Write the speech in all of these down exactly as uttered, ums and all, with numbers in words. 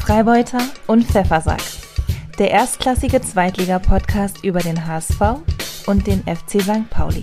Freibeuter und Pfeffersack. Der erstklassige Zweitliga-Podcast über den H S V und den F C Sankt Pauli.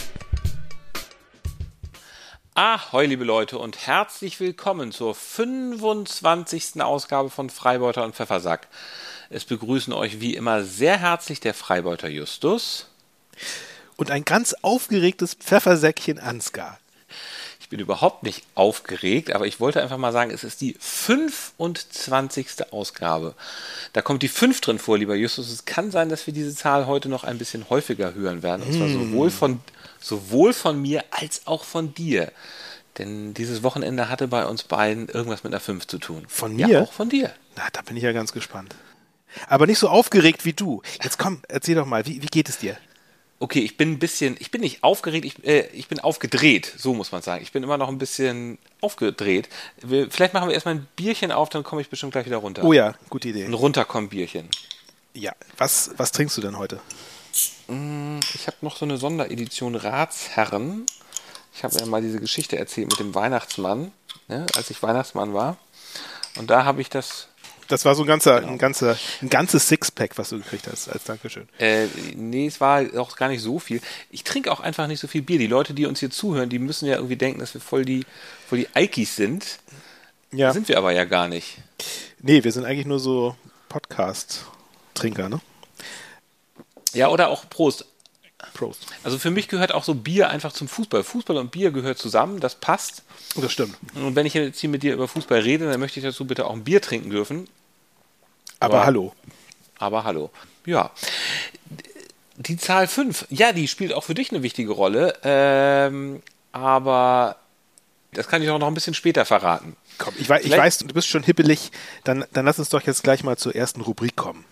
Ahoi, liebe Leute, und herzlich willkommen zur fünfundzwanzigsten Ausgabe von Freibeuter und Pfeffersack. Es begrüßen euch wie immer sehr herzlich der Freibeuter Justus. Und ein ganz aufgeregtes Pfeffersäckchen Ansgar. Ich bin überhaupt nicht aufgeregt, aber ich wollte einfach mal sagen, es ist die fünfundzwanzigste Ausgabe. Da kommt die fünf drin vor, lieber Justus. Es kann sein, dass wir diese Zahl heute noch ein bisschen häufiger hören werden. Und zwar sowohl von, sowohl von mir als auch von dir. Denn dieses Wochenende hatte bei uns beiden irgendwas mit einer fünf zu tun. Von mir? Ja, auch von dir. Na, da bin ich ja ganz gespannt. Aber nicht so aufgeregt wie du. Jetzt komm, erzähl doch mal, wie, wie geht es dir? Okay, ich bin ein bisschen, ich bin nicht aufgeregt, ich, äh, ich bin aufgedreht, so muss man sagen. Ich bin immer noch ein bisschen aufgedreht. Wir, vielleicht machen wir erstmal ein Bierchen auf, dann komme ich bestimmt gleich wieder runter. Oh ja, gute Idee. Ein Runterkommen-Bierchen. Ja, was, was trinkst du denn heute? Ich habe noch so eine Sonderedition Ratsherren. Ich habe ja mal diese Geschichte erzählt mit dem Weihnachtsmann, ne, als ich Weihnachtsmann war. Und da habe ich das... Das war so ein ganzer, genau. ein ganzer, ein ganzes Sixpack, was du gekriegt hast, als Dankeschön. Äh, nee, es war auch gar nicht so viel. Ich trinke auch einfach nicht so viel Bier. Die Leute, die uns hier zuhören, die müssen ja irgendwie denken, dass wir voll die, voll die Eikis sind. Ja. Sind wir aber ja gar nicht. Nee, wir sind eigentlich nur so Podcast-Trinker, ne? Ja, oder auch Prost. Prost. Also für mich gehört auch so Bier einfach zum Fußball. Fußball und Bier gehört zusammen, das passt. Das stimmt. Und wenn ich jetzt hier mit dir über Fußball rede, dann möchte ich dazu bitte auch ein Bier trinken dürfen. Aber, aber hallo. Aber hallo. Ja. Die Zahl fünf, ja, die spielt auch für dich eine wichtige Rolle. Ähm, aber das kann ich auch noch ein bisschen später verraten. Komm, ich weiß, ich weiß, du bist schon hippelig. Dann, dann lass uns doch jetzt gleich mal zur ersten Rubrik kommen.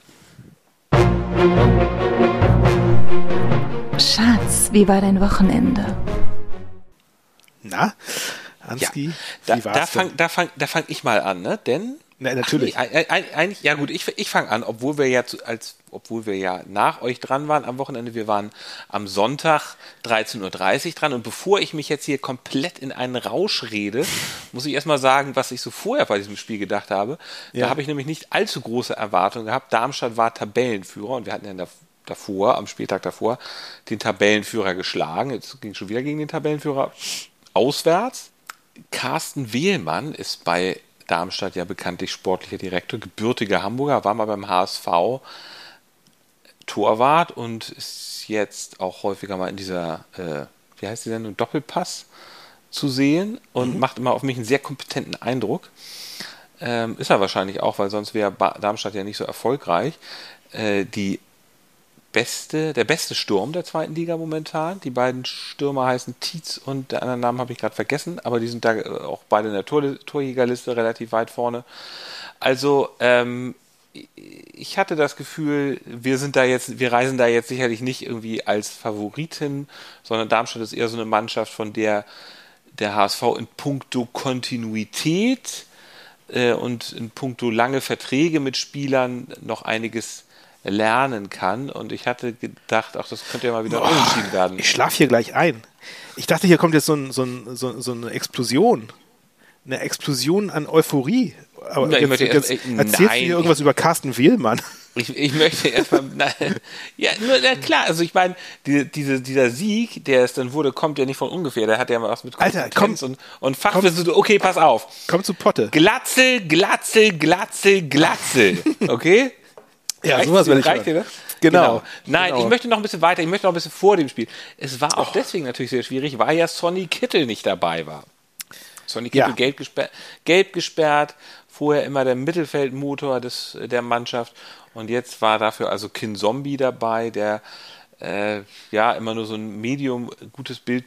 Schatz, wie war dein Wochenende? Na, Ansgi, ja, da, wie war's da fang, da fang, da fang ich mal an, ne? Denn Na, natürlich. Ach, nee, eigentlich, ja gut, ich, ich fange an, obwohl wir ja zu, als, obwohl wir ja nach euch dran waren am Wochenende. Wir waren am Sonntag dreizehn Uhr dreißig dran, und bevor ich mich jetzt hier komplett in einen Rausch rede, muss ich erstmal sagen, was ich so vorher bei diesem Spiel gedacht habe. Ja. Da habe ich nämlich nicht allzu große Erwartungen gehabt. Darmstadt war Tabellenführer und wir hatten ja da davor, am Spieltag davor, den Tabellenführer geschlagen. Jetzt ging es schon wieder gegen den Tabellenführer auswärts. Carsten Wehlmann ist bei Darmstadt ja bekanntlich sportlicher Direktor, gebürtiger Hamburger, war mal beim H S V Torwart und ist jetzt auch häufiger mal in dieser, äh, wie heißt die Sendung, Doppelpass zu sehen und mhm. macht immer auf mich einen sehr kompetenten Eindruck. Ähm, ist er wahrscheinlich auch, weil sonst wäre Darmstadt ja nicht so erfolgreich. Äh, die Beste, der beste Sturm der zweiten Liga momentan. Die beiden Stürmer heißen Tietz und der andere Namen habe ich gerade vergessen, aber die sind da auch beide in der Tor, Torjägerliste relativ weit vorne. Also ähm, ich hatte das Gefühl, wir sind da jetzt, wir reisen da jetzt sicherlich nicht irgendwie als Favoriten, sondern Darmstadt ist eher so eine Mannschaft, von der der H S V in puncto Kontinuität äh, und in puncto lange Verträge mit Spielern noch einiges lernen kann, und ich hatte gedacht, ach, das könnte ja mal wieder Boah, unentschieden werden. Ich schlafe hier gleich ein. Ich dachte, hier kommt jetzt so, ein, so, ein, so, so eine Explosion. Eine Explosion an Euphorie. Aber ja, jetzt, jetzt, jetzt äh, erzählst nein, du hier irgendwas über Carsten Wehlmann. Ich, ich möchte erstmal, ja, nur, na klar, also ich meine, die, diese, dieser Sieg, der es dann wurde, kommt ja nicht von ungefähr, der hat ja mal was mit Alter, komm, und, und Fachwissen, okay, pass auf. Komm zu Potte. Glatzel, Glatzel, Glatzel, Glatzel, okay? Ja, reicht sowas will ich reicht dir, ne? Genau. genau. Nein, genau. ich möchte noch ein bisschen weiter, ich möchte noch ein bisschen vor dem Spiel. Es war auch oh. deswegen natürlich sehr schwierig, weil ja Sonny Kittel nicht dabei war. Sonny Kittel ja. gelb, gesperrt, gelb gesperrt, vorher immer der Mittelfeldmotor des, der Mannschaft, und jetzt war dafür also Kinzombie dabei, der äh, ja immer nur so ein medium gutes Bild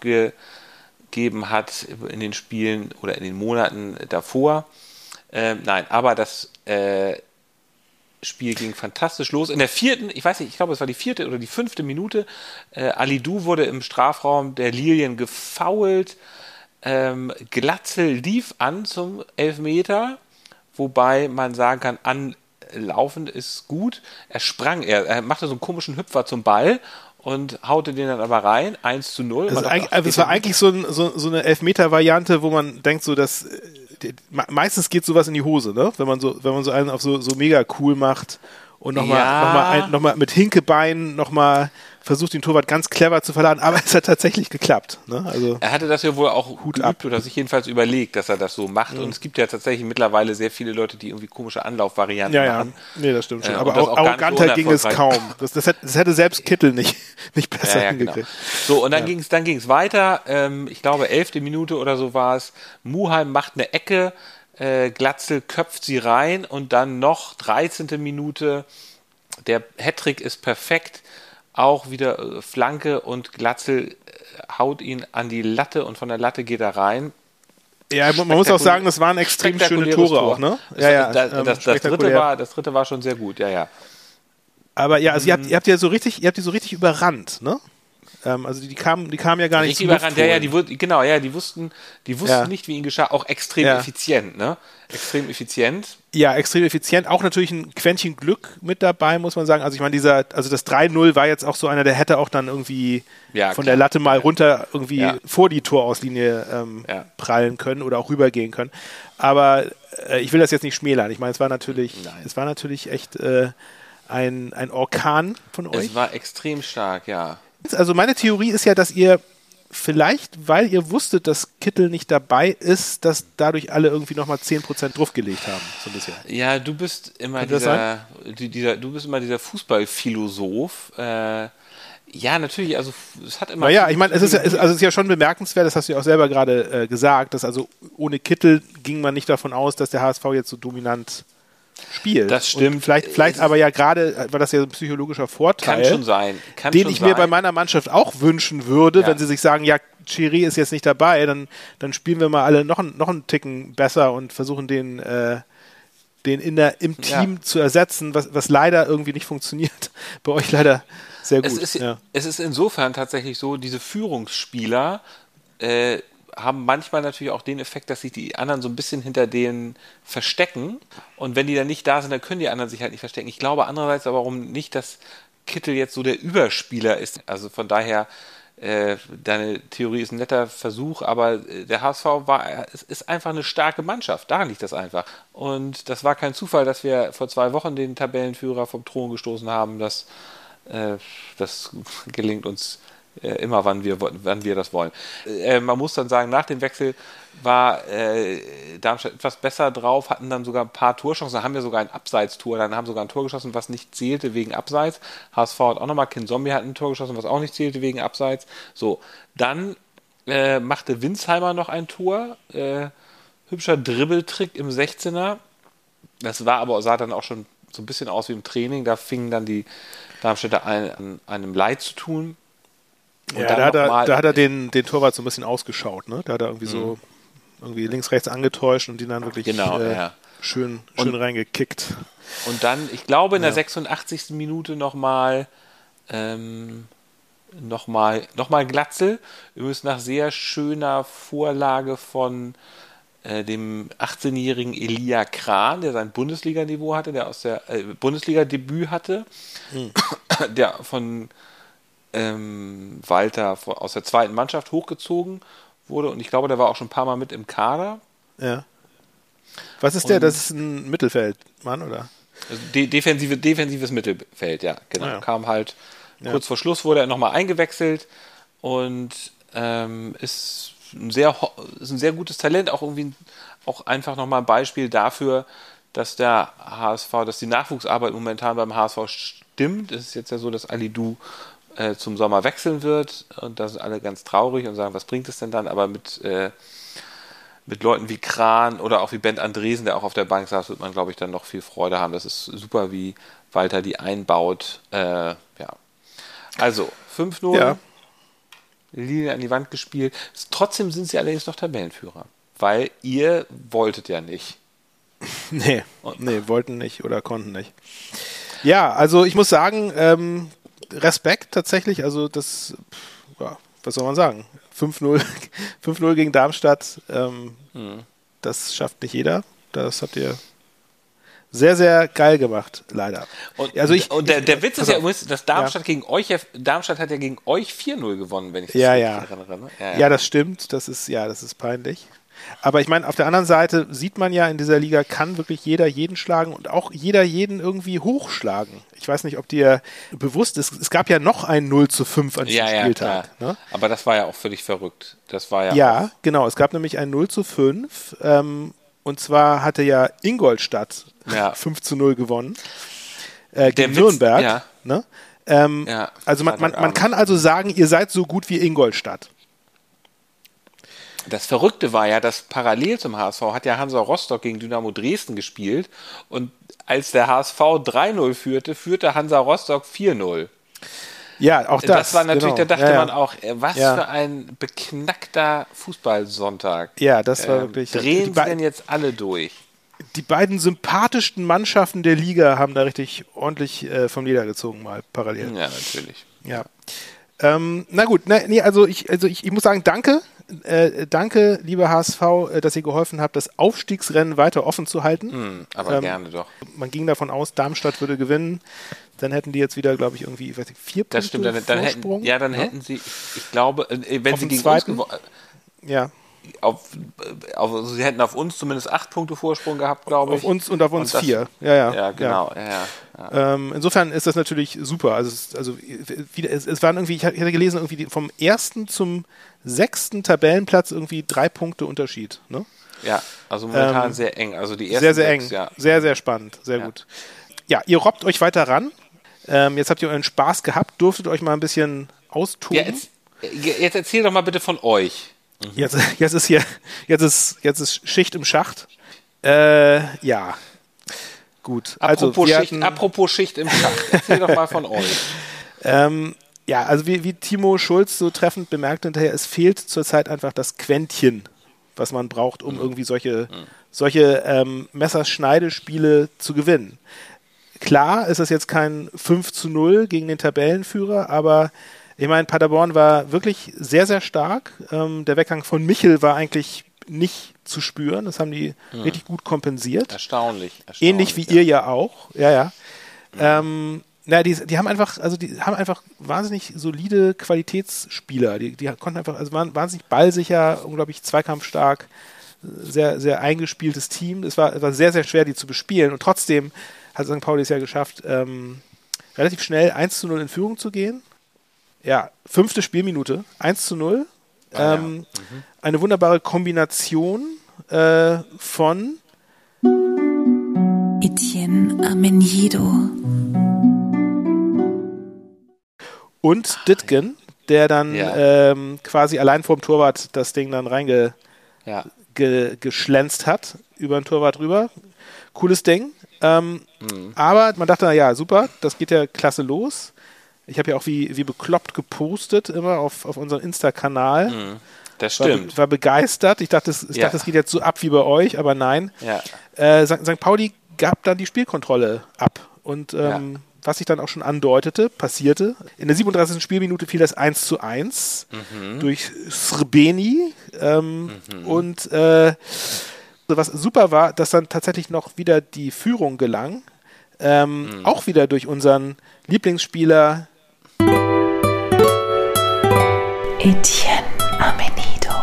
abgegeben hat in den Spielen oder in den Monaten davor. Äh, nein, aber das äh, Spiel ging fantastisch los. In der vierten, ich weiß nicht, ich glaube, es war die vierte oder die fünfte Minute, äh, Alidou wurde im Strafraum der Lilien gefoult. Ähm, Glatzel lief an zum Elfmeter, wobei man sagen kann, anlaufend ist gut. Er sprang, er, er machte so einen komischen Hüpfer zum Ball und haute den dann aber rein, eins zu null. Das, dachte, ach, das war eigentlich so, ein, so, so eine Elfmeter-Variante, wo man denkt, so dass die, meistens geht sowas in die Hose, ne? Wenn man so, wenn man so einen auf so, so mega cool macht und nochmal Ja. noch mal ein, noch mal mit Hinkebein nochmal versucht, den Torwart ganz clever zu verladen, aber es hat tatsächlich geklappt. Ne? Also, Er hatte das ja wohl auch Hut geübt ab. oder sich jedenfalls überlegt, dass er das so macht. Und es gibt ja tatsächlich mittlerweile sehr viele Leute, die irgendwie komische Anlaufvarianten ja, ja, machen. nee, das stimmt schon. Äh, aber und das auch, auch gar nicht so arroganter ging es unerfolgreich. kaum. Das, das, hätte, das hätte selbst Kittel nicht, nicht besser Ja, ja, genau. hingekriegt. So, und dann ging es dann ging's weiter. Ähm, ich glaube, elfte Minute oder so war es. Muheim macht eine Ecke, äh, Glatzel köpft sie rein und dann noch dreizehnte Minute. Der Hattrick ist perfekt. Auch wieder äh, Flanke und Glatzel äh, haut ihn an die Latte und von der Latte geht er rein. Ja, man muss auch sagen, das waren extrem schöne Spektakuläres Tore Tor. auch, ne? Das, Ja, ja, das, ähm, das, das, dritte spektakulär. war, das dritte war schon sehr gut, ja, ja. Aber ja, also ihr habt, ihr habt ja so richtig, ihr habt die so richtig überrannt, ne? Ähm, also die, die kamen, die kamen ja gar nicht Richtig zum überrannt, ja, ja, Luftholen. die, wu- genau, ja, die wussten, die wussten Ja. nicht, wie ihnen geschah, auch extrem Ja. effizient, ne? Extrem effizient. Ja, extrem effizient. Auch natürlich ein Quäntchen Glück mit dabei, muss man sagen. Also ich meine, dieser, also das drei null war jetzt auch so einer, der hätte auch dann irgendwie Ja, von klar. der Latte mal runter irgendwie Ja. vor die Torauslinie ähm, Ja. prallen können oder auch rübergehen können. Aber äh, ich will das jetzt nicht schmälern. Ich meine, es war natürlich, Nein. es war natürlich echt äh, ein, ein Orkan von euch. Es war extrem stark, ja. Also meine Theorie ist ja, dass ihr vielleicht, weil ihr wusstet, dass Kittel nicht dabei ist, dass dadurch alle irgendwie nochmal zehn Prozent draufgelegt haben, so ein bisschen. Ja, du bist immer Könnte das dieser, die, dieser, du bist immer dieser Fußballphilosoph. Äh, ja, natürlich, also es hat immer. Naja, ich meine, es ist, ja, es, also es ist ja schon bemerkenswert, das hast du ja auch selber gerade äh, gesagt, dass also ohne Kittel ging man nicht davon aus, dass der H S V jetzt so dominant spielt. Das stimmt. Und vielleicht, vielleicht Es aber ja gerade, war das ja so ein psychologischer Vorteil, Kann schon sein. Kann den schon ich mir sein. bei meiner Mannschaft auch wünschen würde, Ja. wenn sie sich sagen, ja, Chiri ist jetzt nicht dabei, dann, dann spielen wir mal alle noch, ein, noch einen Ticken besser und versuchen den, äh, den in der, im Team Ja. zu ersetzen, was, was leider irgendwie nicht funktioniert. Bei euch leider sehr gut. Es ist, ja. es ist insofern tatsächlich so, diese Führungsspieler äh, haben manchmal natürlich auch den Effekt, dass sich die anderen so ein bisschen hinter denen verstecken. Und wenn die dann nicht da sind, dann können die anderen sich halt nicht verstecken. Ich glaube andererseits aber warum nicht, dass Kittel jetzt so der Überspieler ist. Also von daher, äh, deine Theorie ist ein netter Versuch, aber äh, der H S V war, es ist einfach eine starke Mannschaft. Daran liegt das einfach. Und das war kein Zufall, dass wir vor zwei Wochen den Tabellenführer vom Thron gestoßen haben. Das, äh, das gelingt uns äh, immer, wann wir, wann wir das wollen. Äh, man muss dann sagen, nach dem Wechsel war äh, Darmstadt etwas besser drauf, hatten dann sogar ein paar Torchancen, haben ja sogar ein Abseitstor, dann haben sogar ein Tor geschossen, was nicht zählte wegen Abseits. H S V hat auch nochmal, Kin Zombie hat ein Tor geschossen, was auch nicht zählte wegen Abseits. So, dann äh, machte Winsheimer noch ein Tor, äh, hübscher Dribbeltrick im sechzehner. Das war aber, sah dann auch schon so ein bisschen aus wie im Training, da fingen dann die Darmstädter ein, an einem Leid zu tun. Und Ja, dann da hat, er, noch mal- da hat er den, den Torwart so ein bisschen ausgeschaut, ne? Da hat er irgendwie so irgendwie links, rechts angetäuscht und ihn dann wirklich Genau, äh, ja. schön, schön Und- reingekickt. Und dann, ich glaube, in der Ja. sechsundachtzigsten Minute nochmal ähm, nochmal noch mal Glatzel. Übrigens nach sehr schöner Vorlage von äh, dem achtzehnjährigen Elia Kran, der sein Bundesliga-Niveau hatte, der aus der äh, Bundesliga-Debüt hatte, der von ähm, Walter von, aus der zweiten Mannschaft hochgezogen wurde. Und ich glaube, der war auch schon ein paar Mal mit im Kader. Ja. Was ist der? Und- Das ist ein Mittelfeldmann, oder? Also de defensive, defensives Mittelfeld, ja, genau. Ah, ja. Kam halt Ja. kurz vor Schluss, wurde er nochmal eingewechselt und ähm, ist, ein sehr, ho- ist ein sehr gutes Talent, auch irgendwie auch einfach nochmal ein Beispiel dafür, dass der H S V, dass die Nachwuchsarbeit momentan beim H S V stimmt. Es ist jetzt ja so, dass Alidou äh, zum Sommer wechseln wird und da sind alle ganz traurig und sagen, was bringt es denn dann? Aber mit äh, mit Leuten wie Kran oder auch wie Bent Andresen, der auch auf der Bank saß, wird man, glaube ich, dann noch viel Freude haben. Das ist super, wie Walter die einbaut. Äh, ja. Also, fünf null, Ja. Linie an die Wand gespielt. Trotzdem sind sie allerdings noch Tabellenführer, weil ihr wolltet ja nicht. Nee, nee, wollten nicht oder konnten nicht. Ja, also ich muss sagen, ähm, Respekt tatsächlich, also das, pff, ja, was soll man sagen? fünf null fünf null gegen Darmstadt, ähm, das schafft nicht jeder. Das habt ihr sehr, sehr geil gemacht, leider. Und, Also ich- und der, ich- der Witz ist pass ja auf. übrigens, dass Darmstadt gegen euch, ja- Darmstadt hat ja gegen euch vier null gewonnen, wenn ich das Ja, richtig ja. erinnere. Ne? Ja, Ja, das stimmt, das ist, ja, das ist peinlich. Aber ich meine, auf der anderen Seite sieht man ja, in dieser Liga kann wirklich jeder jeden schlagen und auch jeder jeden irgendwie hochschlagen. Ich weiß nicht, ob dir bewusst ist, es gab ja noch ein null zu fünf an diesem ja, Spieltag. Ja, ne? Aber das war ja auch völlig verrückt. Das war ja Ja, genau. Es gab nämlich ein null zu fünf. Ähm, und zwar hatte ja Ingolstadt ja. fünf zu null gewonnen. Äh, gegen Witz, Nürnberg. Ja. Ne? Ähm, ja, also man, man, man kann also sagen, ihr seid so gut wie Ingolstadt. Das Verrückte war ja, dass parallel zum H S V hat ja Hansa Rostock gegen Dynamo Dresden gespielt und als der H S V drei null führte, führte Hansa Rostock vier null. Ja, auch das. Das war natürlich, genau. da dachte ja, ja. man auch, was ja. für ein beknackter Fußballsonntag. Ja, das war ähm, wirklich... Drehen die sie denn jetzt alle durch? Die beiden sympathischsten Mannschaften der Liga haben da richtig ordentlich äh, vom Leder gezogen, mal parallel. Ja, natürlich. Ja. Ähm, na gut, na, nee, also ich, also ich, ich muss sagen, danke. Äh, danke, lieber H S V, äh, dass ihr geholfen habt, das Aufstiegsrennen weiter offen zu halten. Mm, aber ähm, gerne doch. Man ging davon aus, Darmstadt würde gewinnen. Dann hätten die jetzt wieder, glaube ich, irgendwie ich weiß nicht, vier das Punkte stimmt, dann, dann Vorsprung. hätten, ja, dann ja? hätten sie, ich glaube, äh, wenn auf sie den gegen zweiten? uns gewonnen ja. auf, auf, also sie hätten auf uns zumindest acht Punkte Vorsprung gehabt, glaube ich. Auf uns und auf uns und das, vier. Ja, ja. Ja, genau. Ja. Ja, ja. Ähm, insofern ist das natürlich super. Also, es, also wieder, es, es waren irgendwie, ich hatte gelesen, irgendwie die, vom ersten zum sechsten Tabellenplatz irgendwie drei Punkte Unterschied. Ne? Ja, also momentan ähm, sehr eng. Also die ersten sehr, sehr sechs, eng. Ja. Sehr, sehr spannend. Sehr ja. gut. Ja, ihr robbt euch weiter ran. Ähm, jetzt habt ihr euren Spaß gehabt. Durftet euch mal ein bisschen austoben. Ja, jetzt, jetzt erzähl doch mal bitte von euch. Mhm. Jetzt, jetzt ist hier, jetzt ist, jetzt ist Schicht im Schacht. Äh, ja. Gut. Apropos, also, Schicht, hatten, apropos Schicht im Schacht. Erzähl doch mal von euch. Ähm, ja, also wie, wie Timo Schulz so treffend bemerkte hinterher, es fehlt zurzeit einfach das Quäntchen, was man braucht, um mhm. irgendwie solche, mhm. solche ähm, Messerschneidespiele zu gewinnen. Klar ist das jetzt kein fünf zu null gegen den Tabellenführer, aber ich meine, Paderborn war wirklich sehr, sehr stark. Ähm, der Weggang von Michel war eigentlich nicht zu spüren. Das haben die mhm. richtig gut kompensiert. Erstaunlich. erstaunlich Ähnlich wie ja. ihr ja auch. Ja, ja. Mhm. Ähm, Na, die, die haben einfach, also die haben einfach wahnsinnig solide Qualitätsspieler. Die, die konnten einfach, also waren wahnsinnig ballsicher, unglaublich zweikampfstark, sehr, sehr eingespieltes Team. Es war, es war sehr, sehr schwer, die zu bespielen. Und trotzdem hat Sankt Pauli es ja geschafft, ähm, relativ schnell eins zu null in Führung zu gehen. Ja, fünfte Spielminute, eins zu null. Ah, ja. ähm, mhm. Eine wunderbare Kombination äh, von Etienne Amenido und Dittgen, der dann ja. ähm, quasi allein vorm Torwart das Ding dann reingeschlänzt ja. ge, hat, über den Torwart rüber. Cooles Ding. Ähm, mhm. Aber man dachte, na ja, super, das geht ja klasse los. Ich habe ja auch wie, wie bekloppt gepostet, immer auf, auf unserem Insta-Kanal. Mhm. Das war, stimmt. Be, war begeistert. Ich dachte, es, ich ja. dachte, es geht jetzt so ab wie bei euch, aber nein. Ja. Äh, Sankt Pauli gab dann die Spielkontrolle ab. Und ähm, ja. was sich dann auch schon andeutete, passierte. In der siebenunddreißigsten Spielminute fiel das eins zu eins mhm. durch Srbeni. Ähm, mhm. Und äh, was super war, dass dann tatsächlich noch wieder die Führung gelang. Ähm, mhm. Auch wieder durch unseren Lieblingsspieler Etienne Amenido.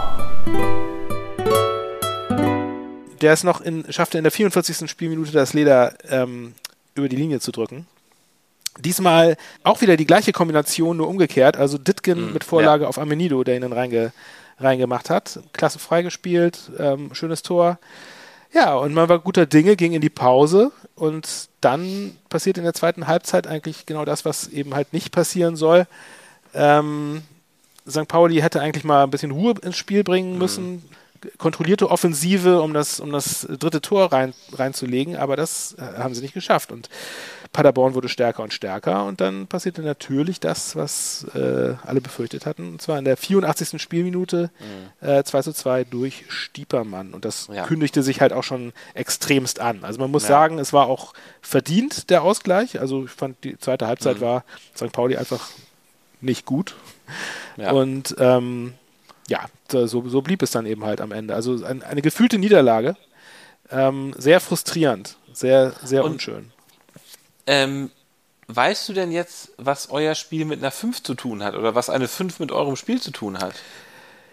Der es noch in, schaffte, in der vierundvierzigsten Spielminute das Leder ähm, über die Linie zu drücken. Diesmal auch wieder die gleiche Kombination, nur umgekehrt. Also Dittgen mm, mit Vorlage ja. auf Amenido, der ihn dann reinge, reingemacht hat. Klasse freigespielt, ähm, schönes Tor. Ja, und man war guter Dinge, ging in die Pause. Und dann passiert in der zweiten Halbzeit eigentlich genau das, was eben halt nicht passieren soll. Ähm, Sankt Pauli hätte eigentlich mal ein bisschen Ruhe ins Spiel bringen müssen. Mm. Kontrollierte Offensive, um das, um das dritte Tor rein, reinzulegen, aber das äh, haben sie nicht geschafft. Und Paderborn wurde stärker und stärker und dann passierte natürlich das, was äh, alle befürchtet hatten, und zwar in der vierundachtzigsten Spielminute mhm. äh, zwei zu zwei durch Stiepermann. Und das ja. kündigte sich halt auch schon extremst an. Also man muss ja. sagen, es war auch verdient, der Ausgleich. Also ich fand, die zweite Halbzeit mhm. war Sankt Pauli einfach nicht gut. Ja. Und ähm, ja, so, so blieb es dann eben halt am Ende. Also ein, eine gefühlte Niederlage. Ähm, sehr frustrierend. Sehr, sehr Und, unschön. Ähm, weißt du denn jetzt, was euer Spiel mit einer fünf zu tun hat? Oder was eine fünf mit eurem Spiel zu tun hat?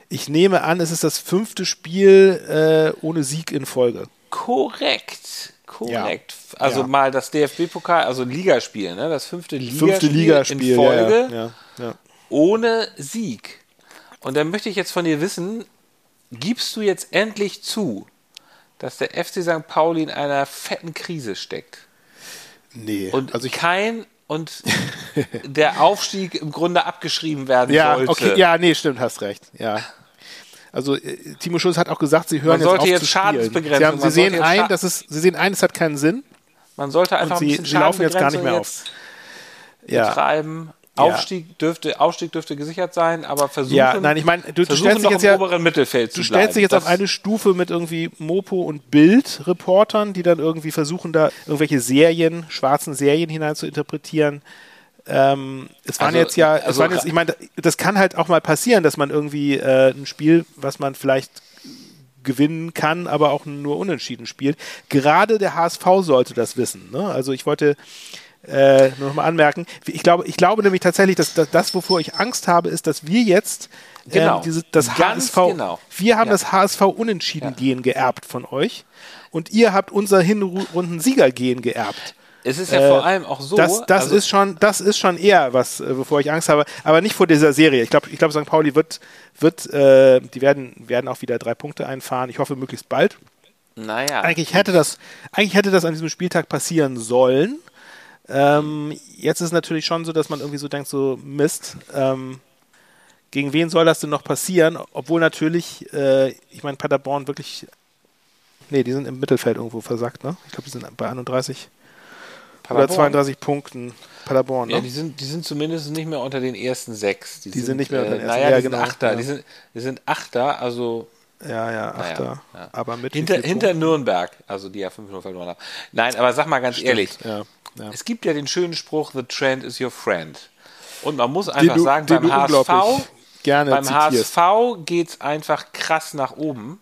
Ich nehme an, es ist das fünfte Spiel äh, ohne Sieg in Folge. Korrekt, korrekt. Ja. Also ja. mal das D F B-Pokal, also Ligaspiel, ne? Das fünfte Ligaspiel, fünfte Ligaspiel in Folge ja, ja, ja. ohne Sieg. Und dann möchte ich jetzt von dir wissen, gibst du jetzt endlich zu, dass der F C Sankt Pauli in einer fetten Krise steckt? Nee. Und also ich, kein und der Aufstieg im Grunde abgeschrieben werden ja, sollte. Okay, ja, nee, stimmt, hast recht. Ja. Also äh, Timo Schulz hat auch gesagt, sie hören Man sollte jetzt auf jetzt zu spielen. Schadensbegrenzung. Sie, haben, sie sehen jetzt ein, Scha- dass es, sie sehen ein, es hat keinen Sinn. Man sollte einfach Und ein sie, bisschen sie laufen jetzt gar nicht mehr Schadenbegrenzung auf. jetzt Ja. betreiben. Ja. Aufstieg dürfte, Aufstieg dürfte gesichert sein, aber versuchen, Ja, nein, ich meine, du, du versuchen stellst dich noch jetzt im ja, oberen Mittelfeld zu du bleiben. stellst dich jetzt Das- auf eine Stufe mit irgendwie Mopo und Bild-Reportern, die dann irgendwie versuchen, da irgendwelche Serien, schwarzen Serien hinein zu interpretieren. Ähm, es waren Also- jetzt ja, es also waren jetzt, ich meine, das kann halt auch mal passieren, dass man irgendwie äh, ein Spiel, was man vielleicht gewinnen kann, aber auch nur unentschieden spielt. Gerade der H S V sollte das wissen. Ne? Also ich wollte äh, nur noch mal anmerken, ich glaube, ich glaube nämlich tatsächlich, dass, dass das, wovor ich Angst habe, ist, dass wir jetzt ähm, Genau. diese, das Ganz H S V, genau. wir haben Ja. das H S V-Unentschieden-Gen geerbt von euch und ihr habt unser Hinrunden-Sieger-Gen geerbt. Es ist ja Äh, vor allem auch so, Das, das, also, ist schon, das ist schon eher was, äh, wovor ich Angst habe, aber nicht vor dieser Serie. Ich glaube, ich glaub, Sankt Pauli wird, wird äh, die werden, werden auch wieder drei Punkte einfahren. Ich hoffe, möglichst bald. naja, Eigentlich hätte das, eigentlich hätte das an diesem Spieltag passieren sollen. Ähm, jetzt ist es natürlich schon so, dass man irgendwie so denkt, so Mist, ähm, gegen wen soll das denn noch passieren? Obwohl natürlich, äh, ich meine, Paderborn wirklich, nee, die sind im Mittelfeld irgendwo versackt, ne? Ich glaube, die sind bei einunddreißig oder Paderborn. zweiunddreißig Punkten. Paderborn, ne? Ja, die sind, die sind zumindest nicht mehr unter den ersten sechs. Die sind nicht mehr unter den ersten- Naja, ja, die sind genau, Achter. ja. Die, sind, die sind Achter, also Ja, ja, Naja, Achter. ja. Aber mit wie hinter, viel hinter Punkten? Nürnberg, also die ja fünf null verloren haben. Nein, aber sag mal ganz ehrlich, Ja, ja. es gibt ja den schönen Spruch, the trend is your friend. Und man muss Den einfach du- sagen, den beim du H S V, unglaublich gerne beim H S zitierst. V geht es einfach krass nach oben.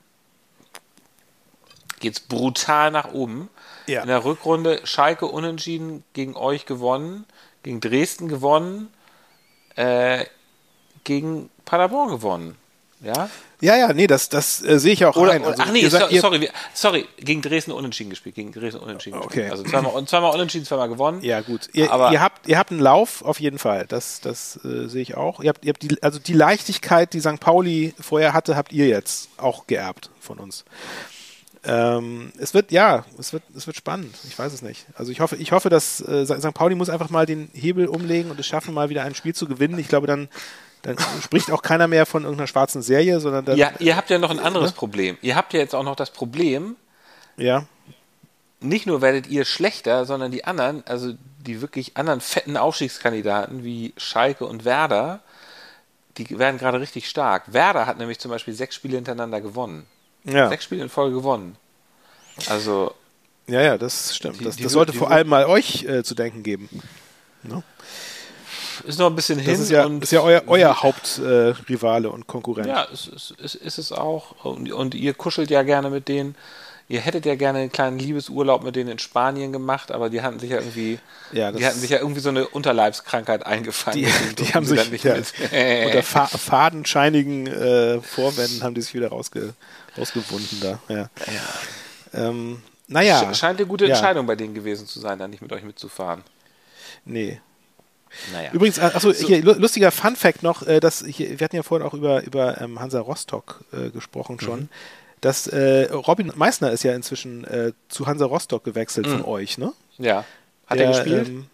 Geht es brutal nach oben. Ja. In der Rückrunde Schalke unentschieden, gegen euch gewonnen, gegen Dresden gewonnen, äh, gegen Paderborn gewonnen. Ja? Ja, ja, nee, das, das äh, sehe ich auch Oder, ein. oder Also, ach nee, ihr seid- so, ihr- sorry, wir, sorry, gegen Dresden unentschieden gespielt, gegen Dresden unentschieden Okay. gespielt. Also zweimal, zweimal unentschieden, zweimal gewonnen. Ja, gut. Ihr, Aber- ihr, habt, ihr habt einen Lauf, auf jeden Fall. Das, das äh, sehe ich auch. Ihr habt, ihr habt die, also die Leichtigkeit, die Sankt Pauli vorher hatte, habt ihr jetzt auch geerbt von uns. Ähm, es wird, ja, es wird, es wird spannend. Ich weiß es nicht. Also ich hoffe, ich hoffe, dass äh, Sankt Pauli muss einfach mal den Hebel umlegen und es schaffen, mal wieder ein Spiel zu gewinnen. Ich glaube, dann, dann spricht auch keiner mehr von irgendeiner schwarzen Serie, sondern dann, Ja, ihr habt ja noch ein anderes Ne? Problem. Ihr habt ja jetzt auch noch das Problem, ja, nicht nur werdet ihr schlechter, sondern die anderen, also die wirklich anderen fetten Aufstiegskandidaten wie Schalke und Werder, die werden gerade richtig stark. Werder hat nämlich zum Beispiel sechs Spiele hintereinander gewonnen. ja, Sechs Spiele in Folge gewonnen. Also, ja, ja, das stimmt. Die- Das, die das wird- sollte die vor wird- allem mal euch äh, zu denken geben. Ne? ist noch ein bisschen hin. Das ist ja, und ist ja euer, euer Hauptrivale äh, Rivale und Konkurrent. Ja, es ist, ist, ist es auch. Und, und ihr kuschelt ja gerne mit denen. Ihr hättet ja gerne einen kleinen Liebesurlaub mit denen in Spanien gemacht, aber die hatten sich ja irgendwie, Ja, das- die hatten sich ja irgendwie so eine Unterleibskrankheit eingefangen. Die, Deswegen die durften haben sie sich dann nicht ja, mit. unter fa fadenscheinigen äh, Vorwänden haben die sich wieder rausge rausgewunden da. Ja. Ähm, naja. Sch- Scheint eine gute Ja. Entscheidung bei denen gewesen zu sein, da nicht mit euch mitzufahren. Nee. Naja. Übrigens, achso, hier, lu- lustiger Fun-Fact noch, äh, dass hier, wir hatten ja vorhin auch über, über ähm, Hansa Rostock äh, gesprochen schon, Mhm. dass äh, Robin Meissner ist ja inzwischen äh, zu Hansa Rostock gewechselt von Mhm. euch, ne? Ja. Hat Der, er gespielt? Ähm,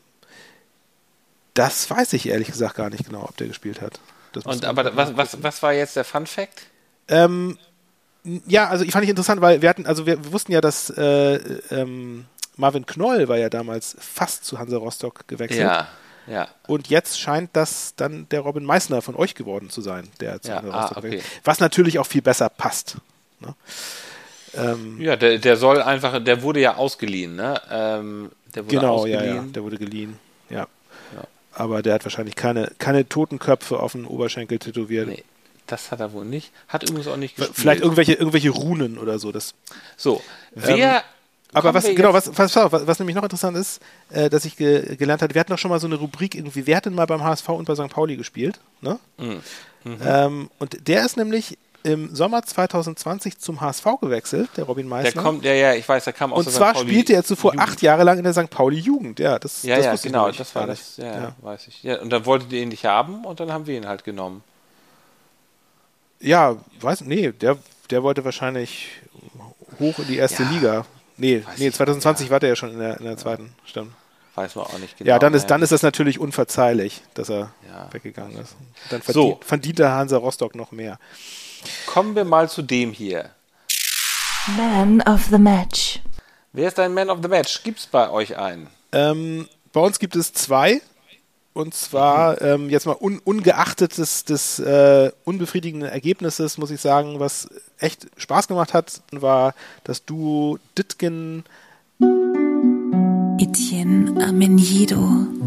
das weiß ich ehrlich gesagt gar nicht genau, ob der gespielt hat. Das muss Und man aber mal was, was, was war jetzt der Fun Fact? Ähm, n- ja, also ich fand ich interessant, weil wir hatten, also wir, wir wussten ja, dass äh, ähm, Marvin Knoll war ja damals fast zu Hansa Rostock gewechselt. Ja, ja. Und jetzt scheint das dann der Robin Meissner von euch geworden zu sein, der zu Ja, Hansa ah, Rostock okay. gewechselt ist. Was natürlich auch viel besser passt. Ne? Ähm, Ja, der, der soll einfach, der wurde ja ausgeliehen, ne? Ähm, der wurde genau, ja, ausgeliehen. ja, der wurde geliehen. Ja. Ja. Aber der hat wahrscheinlich keine, keine Totenköpfe auf den Oberschenkel tätowiert. Nee, das hat er wohl nicht. Hat übrigens auch nicht gespielt. Vielleicht irgendwelche, irgendwelche Runen oder so. Das, So, wer Aber was genau, was, was, was, was nämlich noch interessant ist, äh, dass ich ge, gelernt hatte, wir hatten doch schon mal so eine Rubrik irgendwie, wer hat denn mal beim H S V und bei Sankt Pauli gespielt? Ne? Mhm. Mhm. Ähm, und der ist nämlich im Sommer zwanzig zwanzig zum H S V gewechselt, der Robin Meissner. Der kommt, ja, ja, ich weiß, der kam aus und der zwar Sankt Pauli spielte er zuvor Jugend. acht Jahre lang in der Sankt Pauli Jugend. Ja, das, ja, das ja, wusste genau, ich das war das, ja, ja, weiß ich. Ja, und dann wolltet ihr ihn nicht haben und dann haben wir ihn halt genommen. Ja, weiß, nee, der, der wollte wahrscheinlich hoch in die erste ja, Liga. Nee, nee zwanzig zwanzig ja. war der ja schon in der, in der zweiten, stimmt. Weiß man auch nicht genau. Ja, dann ist, dann ist das natürlich unverzeihlich, dass er ja. weggegangen ist. Dann verdient, so. verdient der Hansa Rostock noch mehr. Kommen wir mal zu dem hier. Man of the Match. Wer ist dein Man of the Match? Gibt's bei euch einen? Ähm, bei uns gibt es zwei. Und zwar, mhm. ähm, jetzt mal un, ungeachtet des, des äh, unbefriedigenden Ergebnisses, muss ich sagen, was echt Spaß gemacht hat, war das Duo Dittgen Etienne Amenido.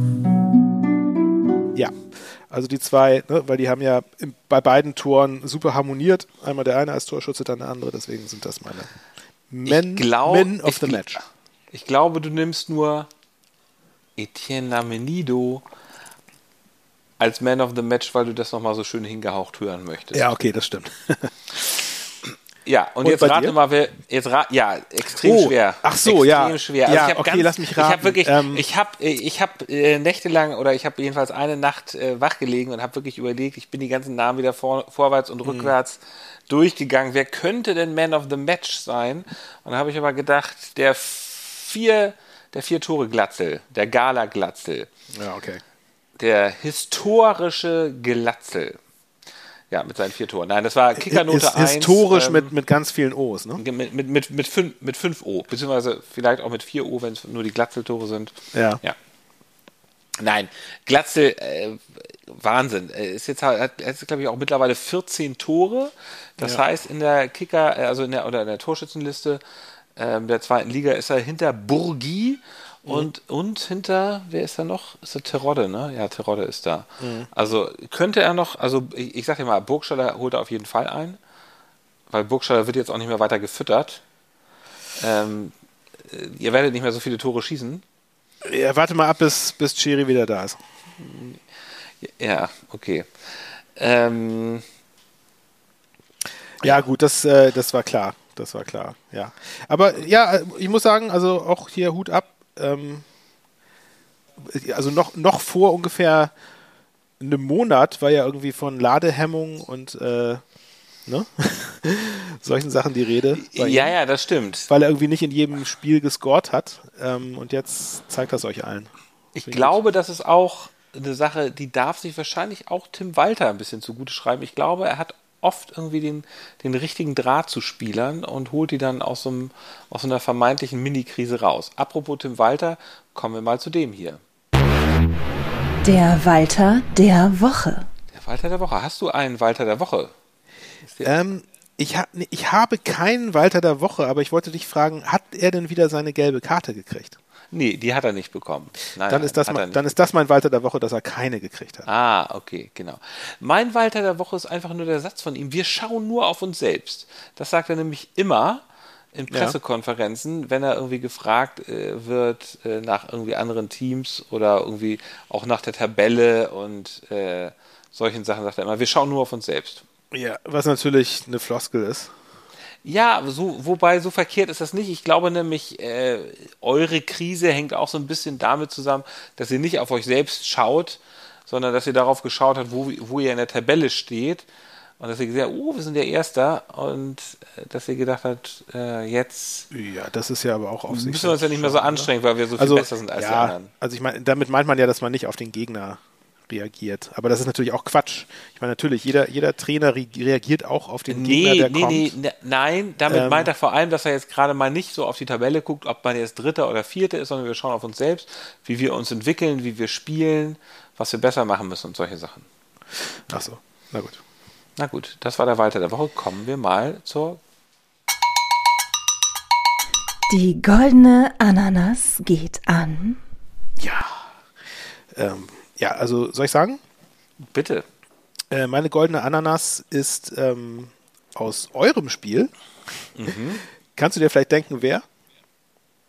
Ja, also die zwei, ne, weil die haben ja im, bei beiden Toren super harmoniert. Einmal der eine als Torschütze, dann der andere. Deswegen sind das meine Men, glaub, Men of ich, the Match. Ich glaube, du nimmst nur Etienne Amenido als Man of the Match, weil du das nochmal so schön hingehaucht hören möchtest. Ja, okay, das stimmt. Ja, und, und jetzt rate mal, wer jetzt ra- ja, extrem oh, schwer. Ach so, extrem ja. schwer. Also ja, ich hab okay, ganz, lass mich raten. Ich habe wirklich, ähm, ich habe ich hab, äh, nächtelang oder ich habe jedenfalls eine Nacht äh, wach gelegen und habe wirklich überlegt, ich bin die ganzen Namen wieder vor, vorwärts und rückwärts mhm. durchgegangen. Wer könnte denn Man of the Match sein? Und da habe ich aber gedacht, der vier, der vier Tore Glatzel, der Gala Glatzel. Ja, okay. Der historische Glatzel. Ja, mit seinen vier Toren. Nein, das war Kickernote ist eins. Historisch ähm, mit, mit ganz vielen O's, ne? Mit, mit, mit, mit, fünf, mit fünf O, beziehungsweise vielleicht auch mit vier O, wenn es nur die Glatzel-Tore sind. Ja. ja. Nein, Glatzel, äh, Wahnsinn. Ist jetzt halt, er hat, glaube ich, auch mittlerweile vierzehn Tore. Das ja. heißt, in der Kicker, also in der, oder in der Torschützenliste ähm, der zweiten Liga ist er hinter Burgi. Und, mhm. und hinter, wer ist da noch? Ist der Terodde, ne? Ja, Terodde ist da. Mhm. Also könnte er noch, also ich, ich sag dir mal, Burgstaller holt er auf jeden Fall ein, weil Burgstaller wird jetzt auch nicht mehr weiter gefüttert. Ähm, ihr werdet nicht mehr so viele Tore schießen. Ja, warte mal ab, bis, bis Chiri wieder da ist. Ja, okay. Ähm, ja, gut, das, äh, das war klar. Das war klar, ja. Aber ja, ich muss sagen, also auch hier Hut ab. Ähm, also noch, noch vor ungefähr einem Monat war ja irgendwie von Ladehemmung und äh, ne? solchen Sachen die Rede. Ja, ihm, ja, das stimmt. Weil er irgendwie nicht in jedem Spiel gescored hat. Ähm, und jetzt zeigt das euch allen. Ich glaube, das ist auch eine Sache, die darf sich wahrscheinlich auch Tim Walter ein bisschen zugute schreiben. Ich glaube, er hat oft irgendwie den, den richtigen Draht zu Spielern und holt die dann aus so, einem, aus so einer vermeintlichen Mini-Krise raus. Apropos Tim Walter, kommen wir mal zu dem hier. Der Walter der Woche. Der Walter der Woche. Hast du einen Walter der Woche? Ähm, ich, ha- ich habe keinen Walter der Woche, aber ich wollte dich fragen, hat er denn wieder seine gelbe Karte gekriegt? Nee, die hat er nicht bekommen. Nein, dann, nein, ist das mein, dann ist das mein Walter der Woche, dass er keine gekriegt hat. Ah, okay, genau. Mein Walter der Woche ist einfach nur der Satz von ihm. Wir schauen nur auf uns selbst. Das sagt er nämlich immer in Pressekonferenzen, ja. wenn er irgendwie gefragt äh, wird äh, nach irgendwie anderen Teams oder irgendwie auch nach der Tabelle und äh, solchen Sachen, sagt er immer, wir schauen nur auf uns selbst. Ja, was natürlich eine Floskel ist. Ja, so, wobei so verkehrt ist das nicht. Ich glaube nämlich, äh, eure Krise hängt auch so ein bisschen damit zusammen, dass ihr nicht auf euch selbst schaut, sondern dass ihr darauf geschaut habt, wo, wo ihr in der Tabelle steht und dass ihr gesagt habt, oh, wir sind der Erster und äh, dass ihr gedacht habt, äh, jetzt ja, das ist ja aber auch auf sich müssen wir uns ja nicht mehr so anstrengen, oder? Weil wir so viel also, besser sind als ja, die anderen. Also ich meine, damit meint man ja, dass man nicht auf den Gegner reagiert. Aber das ist natürlich auch Quatsch. Ich meine, natürlich, jeder, jeder Trainer re- reagiert auch auf den nee, Gegner, der nee, kommt. Nee, nee, nein, damit ähm, meint er vor allem, dass er jetzt gerade mal nicht so auf die Tabelle guckt, ob man jetzt Dritter oder Vierter ist, sondern wir schauen auf uns selbst, wie wir uns entwickeln, wie wir spielen, was wir besser machen müssen und solche Sachen. Ach so, na gut. Na gut, das war der Walter der Woche. Kommen wir mal zur... Die goldene Ananas geht an... Ja. Ähm, ja, also soll ich sagen? Bitte. Äh, meine goldene Ananas ist ähm, aus eurem Spiel. Mhm. Kannst du dir vielleicht denken, wer?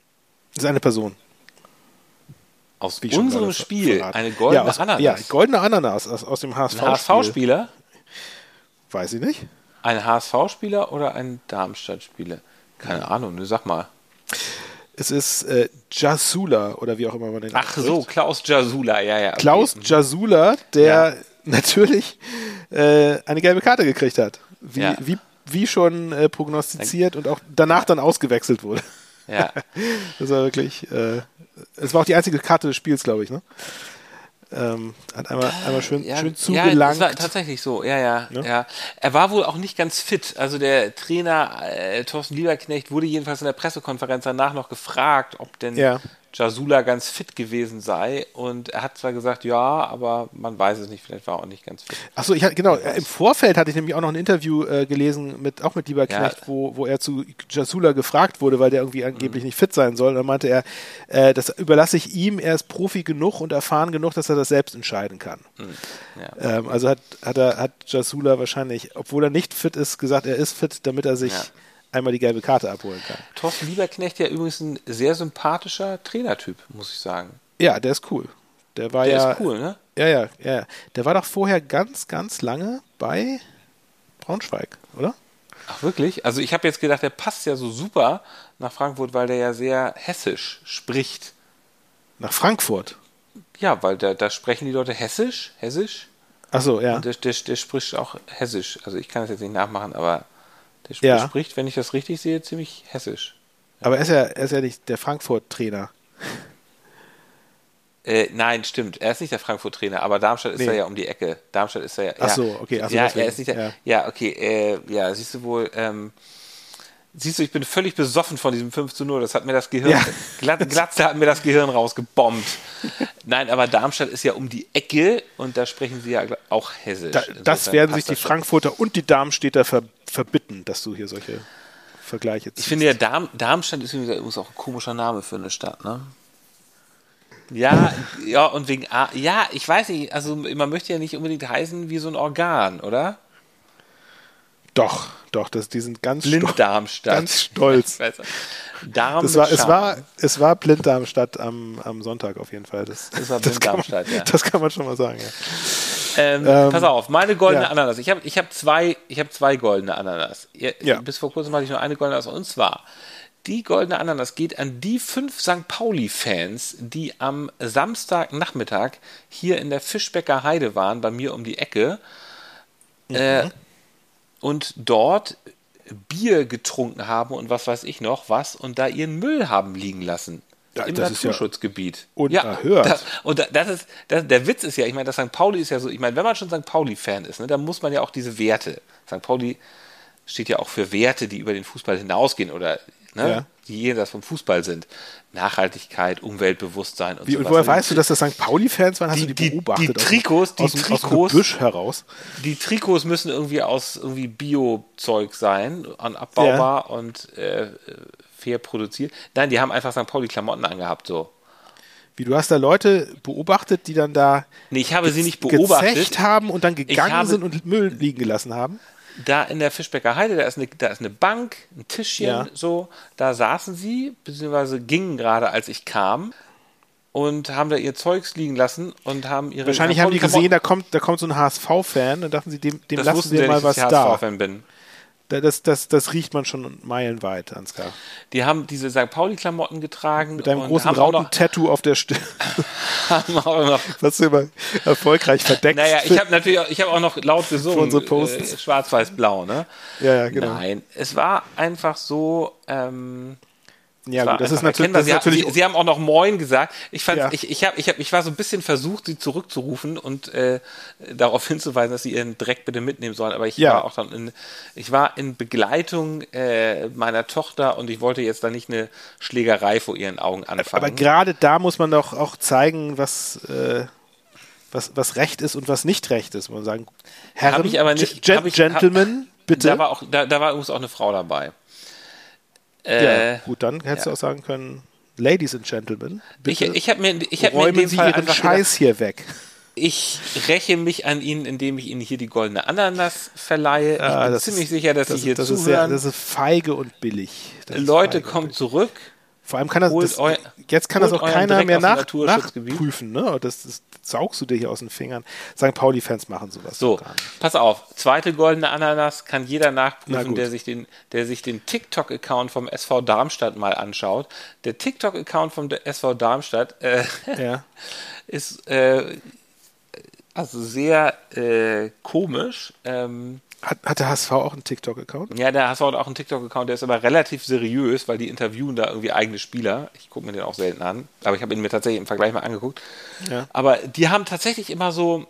Das ist eine Person. Aus Wie ich schon unserem gerade Spiel verraten. eine goldene ja, aus, Ananas. Ja, goldene Ananas aus, aus dem H S Ein V-Spiel. H S V-Spieler? Weiß ich nicht. Ein H S V-Spieler oder ein Darmstadt-Spieler? Keine Ahnung, ne, sag mal. Es ist äh, Jasula oder wie auch immer man den Ach so, Klaus Jasula, ja, ja. Okay. Klaus Jasula, der Ja. natürlich äh, eine gelbe Karte gekriegt hat. Wie, Ja. wie, wie schon äh, prognostiziert und auch danach dann ausgewechselt wurde. Ja. Das war wirklich, äh, es war auch die einzige Karte des Spiels, glaube ich, ne? Ähm, hat einmal, einmal schön, Ja, schön ja, zugelangt. das war tatsächlich so, ja, ja, Ja? ja. Er war wohl auch nicht ganz fit. Also der Trainer äh, Thorsten Lieberknecht wurde jedenfalls in der Pressekonferenz danach noch gefragt, ob denn Ja. Jasula ganz fit gewesen sei. Und er hat zwar gesagt, ja, aber man weiß es nicht, vielleicht war er auch nicht ganz fit. Achso, ich hatte, genau, im Vorfeld hatte ich nämlich auch noch ein Interview äh, gelesen, mit, auch mit Lieberknecht, Ja. wo, wo er zu Jasula gefragt wurde, weil der irgendwie angeblich nicht fit sein soll. Und dann meinte er, äh, das überlasse ich ihm, er ist Profi genug und erfahren genug, dass er das selbst entscheiden kann. Ja. Ähm, also hat, hat, er, hat Jasula wahrscheinlich, obwohl er nicht fit ist, gesagt, er ist fit, damit er sich Ja. einmal die gelbe Karte abholen kann. Thorsten Lieberknecht ja übrigens ein sehr sympathischer Trainertyp, muss ich sagen. Ja, der ist cool. Der war Der ja. ist cool, ne? Ja, ja, ja. Der war doch vorher ganz, ganz lange bei Braunschweig, oder? Ach wirklich? Also ich habe jetzt gedacht, der passt ja so super nach Frankfurt, weil der ja sehr hessisch spricht. Nach Frankfurt. Ja, weil da, da sprechen die Leute hessisch, hessisch. Achso, ja. Und der, der, der spricht auch hessisch. Also ich kann das jetzt nicht nachmachen, aber der sp Ja. spricht, wenn ich das richtig sehe, ziemlich hessisch. Aber er ist ja, er ist ja nicht der Frankfurt-Trainer. Äh, nein, stimmt. Er ist nicht der Frankfurt-Trainer, aber Darmstadt ist Nee. da ja um die Ecke. Darmstadt ist da ja. Ach ja, so, okay, ach so, ja, deswegen, er ist nicht der. ja. Ja, okay. Äh, ja, siehst du wohl. Ähm, siehst du, ich bin völlig besoffen von diesem fünf zu null. Das hat mir das Gehirn. Ja. Glatt, Glatze hat mir das Gehirn rausgebombt. Nein, aber Darmstadt ist ja um die Ecke und da sprechen sie ja auch hessisch. Da, das Insofern werden passt sich die das schon. Frankfurter und die Darmstädter ver, verbitten, dass du hier solche Vergleiche ziehst. Ich finde ja, Darm, Darmstadt ist übrigens auch ein komischer Name für eine Stadt, ne? Ja, ja, und wegen A, ja, ich weiß nicht, also man möchte ja nicht unbedingt heißen wie so ein Organ, oder? Doch, doch, das, die sind ganz stolz. Blinddarmstadt. Ganz stolz. Weißt du, Darm Das mit war, es, Charme. war, es war Blinddarmstadt am, am Sonntag auf jeden Fall. Das, Das war das kann man, Blinddarmstadt, ja. Das kann man schon mal sagen, ja. Ähm, Ähm, pass auf, meine goldene ja. Ananas. Ich habe ich hab zwei, ich hab zwei goldene Ananas. Ja, Ja. Bis vor kurzem hatte ich nur eine goldene Ananas. Und zwar, die goldene Ananas geht an die fünf Sankt Pauli-Fans, die am Samstagnachmittag hier in der Fischbecker Heide waren, bei mir um die Ecke. Mhm. Äh, und dort Bier getrunken haben und was weiß ich noch was und da ihren Müll haben liegen lassen. Ja, Im das ist ja Naturschutzgebiet. unerhört. das, und da- das ist, das, der Witz ist ja, ich meine, das Sankt Pauli ist ja so, ich meine, wenn man schon Sankt Pauli-Fan ist, ne, dann muss man ja auch diese Werte. Sankt Pauli steht ja auch für Werte, die über den Fußball hinausgehen oder ne, Ja. die jenseits vom Fußball sind. Nachhaltigkeit, Umweltbewusstsein und Wie, so und was. woher weißt du, dass das Sankt Pauli-Fans waren? Hast Die- du die die- beobachtet? die Trikots, die aus, dem- aus dem Trikots- Gebüsch heraus. Die Trikots müssen irgendwie aus irgendwie Bio-Zeug sein, an abbaubar und äh, fair produziert. Nein, die haben einfach Sankt Pauli-Klamotten angehabt, so. Wie, du hast da Leute beobachtet, die dann da Nee, ich habe sie nicht beobachtet. gezecht haben und dann gegangen habe- sind und Müll liegen gelassen haben? Da in der Fischbecker Heide, da ist eine, da ist eine Bank, ein Tischchen, Ja. so, da saßen sie, beziehungsweise gingen gerade, als ich kam und haben da ihr Zeugs liegen lassen und haben ihre Wahrscheinlich Sankt haben die Pauli-Klamotten- gesehen, da kommt, da kommt so ein H S V-Fan und dachten sie, dem, dem das lassen wussten wir sie ja mal nicht, was dass ich da. H S V-Fan bin. Da- Das, das, das riecht man schon meilenweit, Ansgar. Die haben diese Sankt Pauli-Klamotten getragen. Mit deinem und großen haben auch noch, Rauten-Tattoo auf der Stirn, haben auch noch was du immer erfolgreich verdeckt. Naja, ich habe natürlich auch, ich habe auch noch laut gesungen, unsere Posts. äh, schwarz-weiß-blau, ne? Ja, ja, genau. Nein, es war einfach so, ähm, Ja, es war gut, das ist einfach natürlich, erkennbar. das ist sie, natürlich sie, sie haben auch noch Moin gesagt. Ich fand, Ja. ich, ich, hab, ich, hab, ich war so ein bisschen versucht, sie zurückzurufen und äh, darauf hinzuweisen, dass sie ihren Dreck bitte mitnehmen sollen. Aber ich Ja. war auch dann in, ich war in Begleitung äh, meiner Tochter und ich wollte jetzt da nicht eine Schlägerei vor ihren Augen anfangen. aber gerade da muss man doch auch zeigen, was, äh, was, was Recht ist und was nicht Recht ist. Man sagen, Herren, Hab ich aber nicht- Gen- hab ich- Gentlemen, bitte. Da war auch, da, da war übrigens auch eine Frau dabei. ja, Äh, gut, dann hättest ja. du auch sagen können, Ladies and Gentlemen, ich bitte ich habe mir, ich hab mir in räumen dem Sie Fall Ihren einfach Scheiß gedacht, hier weg. ich räche mich an Ihnen, indem ich Ihnen hier die goldene Ananas verleihe. Ah, ich bin das ziemlich ist- sicher, dass Das, Sie hier das, ist sehr, zuhören. das ist feige und billig. Das ist Leute, feige und kommt billig. zurück. Vor allem kann das, das eu, jetzt kann das auch keiner mehr nach, Naturschutzgebiet. nachprüfen, ne? Das, das saugst du dir hier aus den Fingern. Sankt Pauli-Fans machen sowas so, gar nicht. Pass auf, zweite goldene Ananas kann jeder nachprüfen, der sich den, der sich den TikTok-Account vom S V Darmstadt mal anschaut. Der TikTok-Account vom S V Darmstadt äh, ja. ist äh, also sehr äh, komisch. Ähm, Hat, hat der H S V auch einen TikTok-Account? Ja, der H S V hat auch einen TikTok-Account, der ist aber relativ seriös, weil die interviewen da irgendwie eigene Spieler. Ich gucke mir den auch selten an, aber ich habe ihn mir tatsächlich im Vergleich mal angeguckt. Ja. Aber die haben tatsächlich immer so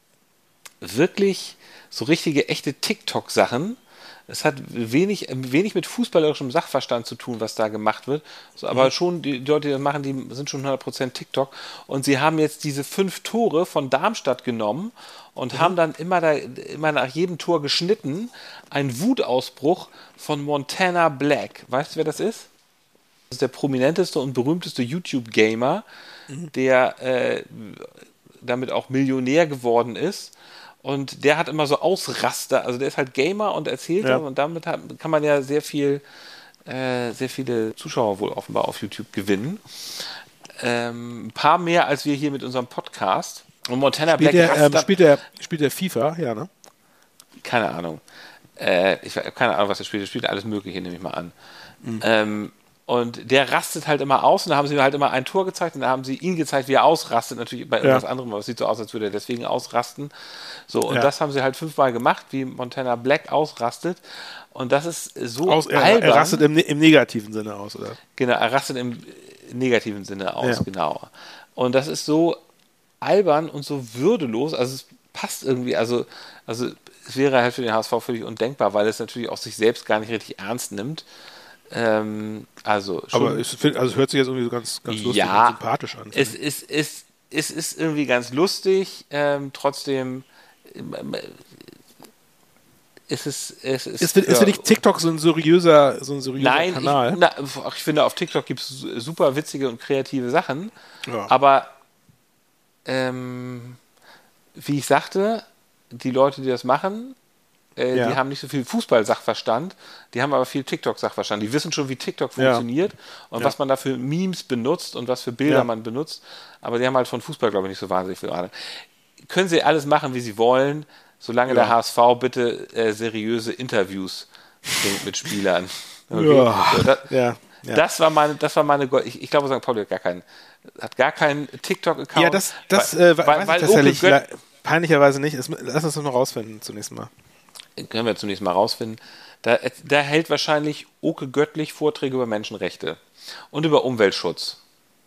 wirklich so richtige, echte TikTok-Sachen. Es hat wenig, wenig mit fußballerischem Sachverstand zu tun, was da gemacht wird. So, aber mhm. schon, die Leute, die das machen, die sind schon hundert Prozent TikTok. Und sie haben jetzt diese fünf Tore von Darmstadt genommen und mhm. haben dann immer, da, immer nach jedem Tor geschnitten einen Wutausbruch von Montana Black. Weißt du, wer das ist? Das ist der prominenteste und berühmteste YouTube-Gamer, mhm. der äh, damit auch Millionär geworden ist. Und der hat immer so Ausraster, also der ist halt Gamer und erzählt ja. und damit hat, kann man ja sehr viel, äh, sehr viele Zuschauer wohl offenbar auf YouTube gewinnen. Ähm, ein paar mehr als wir hier mit unserem Podcast. Und Montana spielt Black der, ähm, spielt der spielt der FIFA, ja, ne? Keine Ahnung. Äh, ich habe keine Ahnung, was er spielt. Er spielt alles Mögliche, nehme ich mal an. Mhm. Ähm, Und der rastet halt immer aus und da haben sie halt immer ein Tor gezeigt und da haben sie ihn gezeigt, wie er ausrastet, natürlich bei irgendwas ja. anderem, aber es sieht so aus, als würde er deswegen ausrasten. So, und ja. das haben sie halt fünfmal gemacht, wie Montana Black ausrastet. Und das ist so aus, er, albern. Er rastet im, im negativen Sinne aus, oder? Genau, er rastet im negativen Sinne aus, ja. genau. Und das ist so albern und so würdelos, also es passt irgendwie, also, also es wäre halt für den H S V völlig undenkbar, weil es natürlich auch sich selbst gar nicht richtig ernst nimmt. Ähm, also schon, aber es, also es hört sich jetzt irgendwie so ganz, ganz lustig ja, und sympathisch an. Es ist, es, es ist irgendwie ganz lustig, ähm, trotzdem ähm, ist es, es ist, ist, für, ist für dich TikTok so ein seriöser, so ein seriöser nein, Kanal? Ich, na, ich finde, auf TikTok gibt es super witzige und kreative Sachen, ja. aber ähm, wie ich sagte, die Leute, die das machen, Äh, ja. die haben nicht so viel Fußball-Sachverstand, die haben aber viel TikTok-Sachverstand. Die wissen schon, wie TikTok funktioniert ja. und ja. was man da für Memes benutzt und was für Bilder ja. man benutzt, aber die haben halt von Fußball, glaube ich, nicht so wahnsinnig viel Ahnung. Können sie alles machen, wie sie wollen, solange ja. der H S V bitte äh, seriöse Interviews bringt mit Spielern. Okay? Ja. So, das, ja. Ja. das war meine, das war meine Go- ich, ich glaube, Sankt Pauli hat gar keinen, hat gar keinen TikTok-Account. Ja, das, das weil, äh, weiß weil, ich weil tatsächlich Göt- peinlicherweise nicht. Es, lass uns das noch rausfinden zunächst mal. Können wir zunächst mal rausfinden. Da, da hält wahrscheinlich Oke Göttlich Vorträge über Menschenrechte und über Umweltschutz.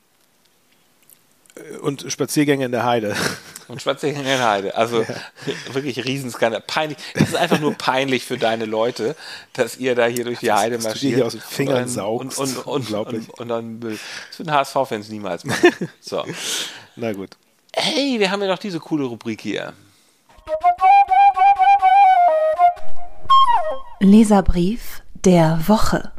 Und Spaziergänge in der Heide. Und Spaziergänge in der Heide. Also ja. wirklich Riesenskandal. Peinlich. Es ist einfach nur peinlich für deine Leute, dass ihr da hier durch die Heide marschiert. Du dir hier aus den Fingern und, saugst. Und, und, und, Unglaublich. Und, und dann Müll. Das würden H S V-Fans niemals machen. So. Na gut. Hey, wir haben ja noch diese coole Rubrik hier. Leserbrief der Woche.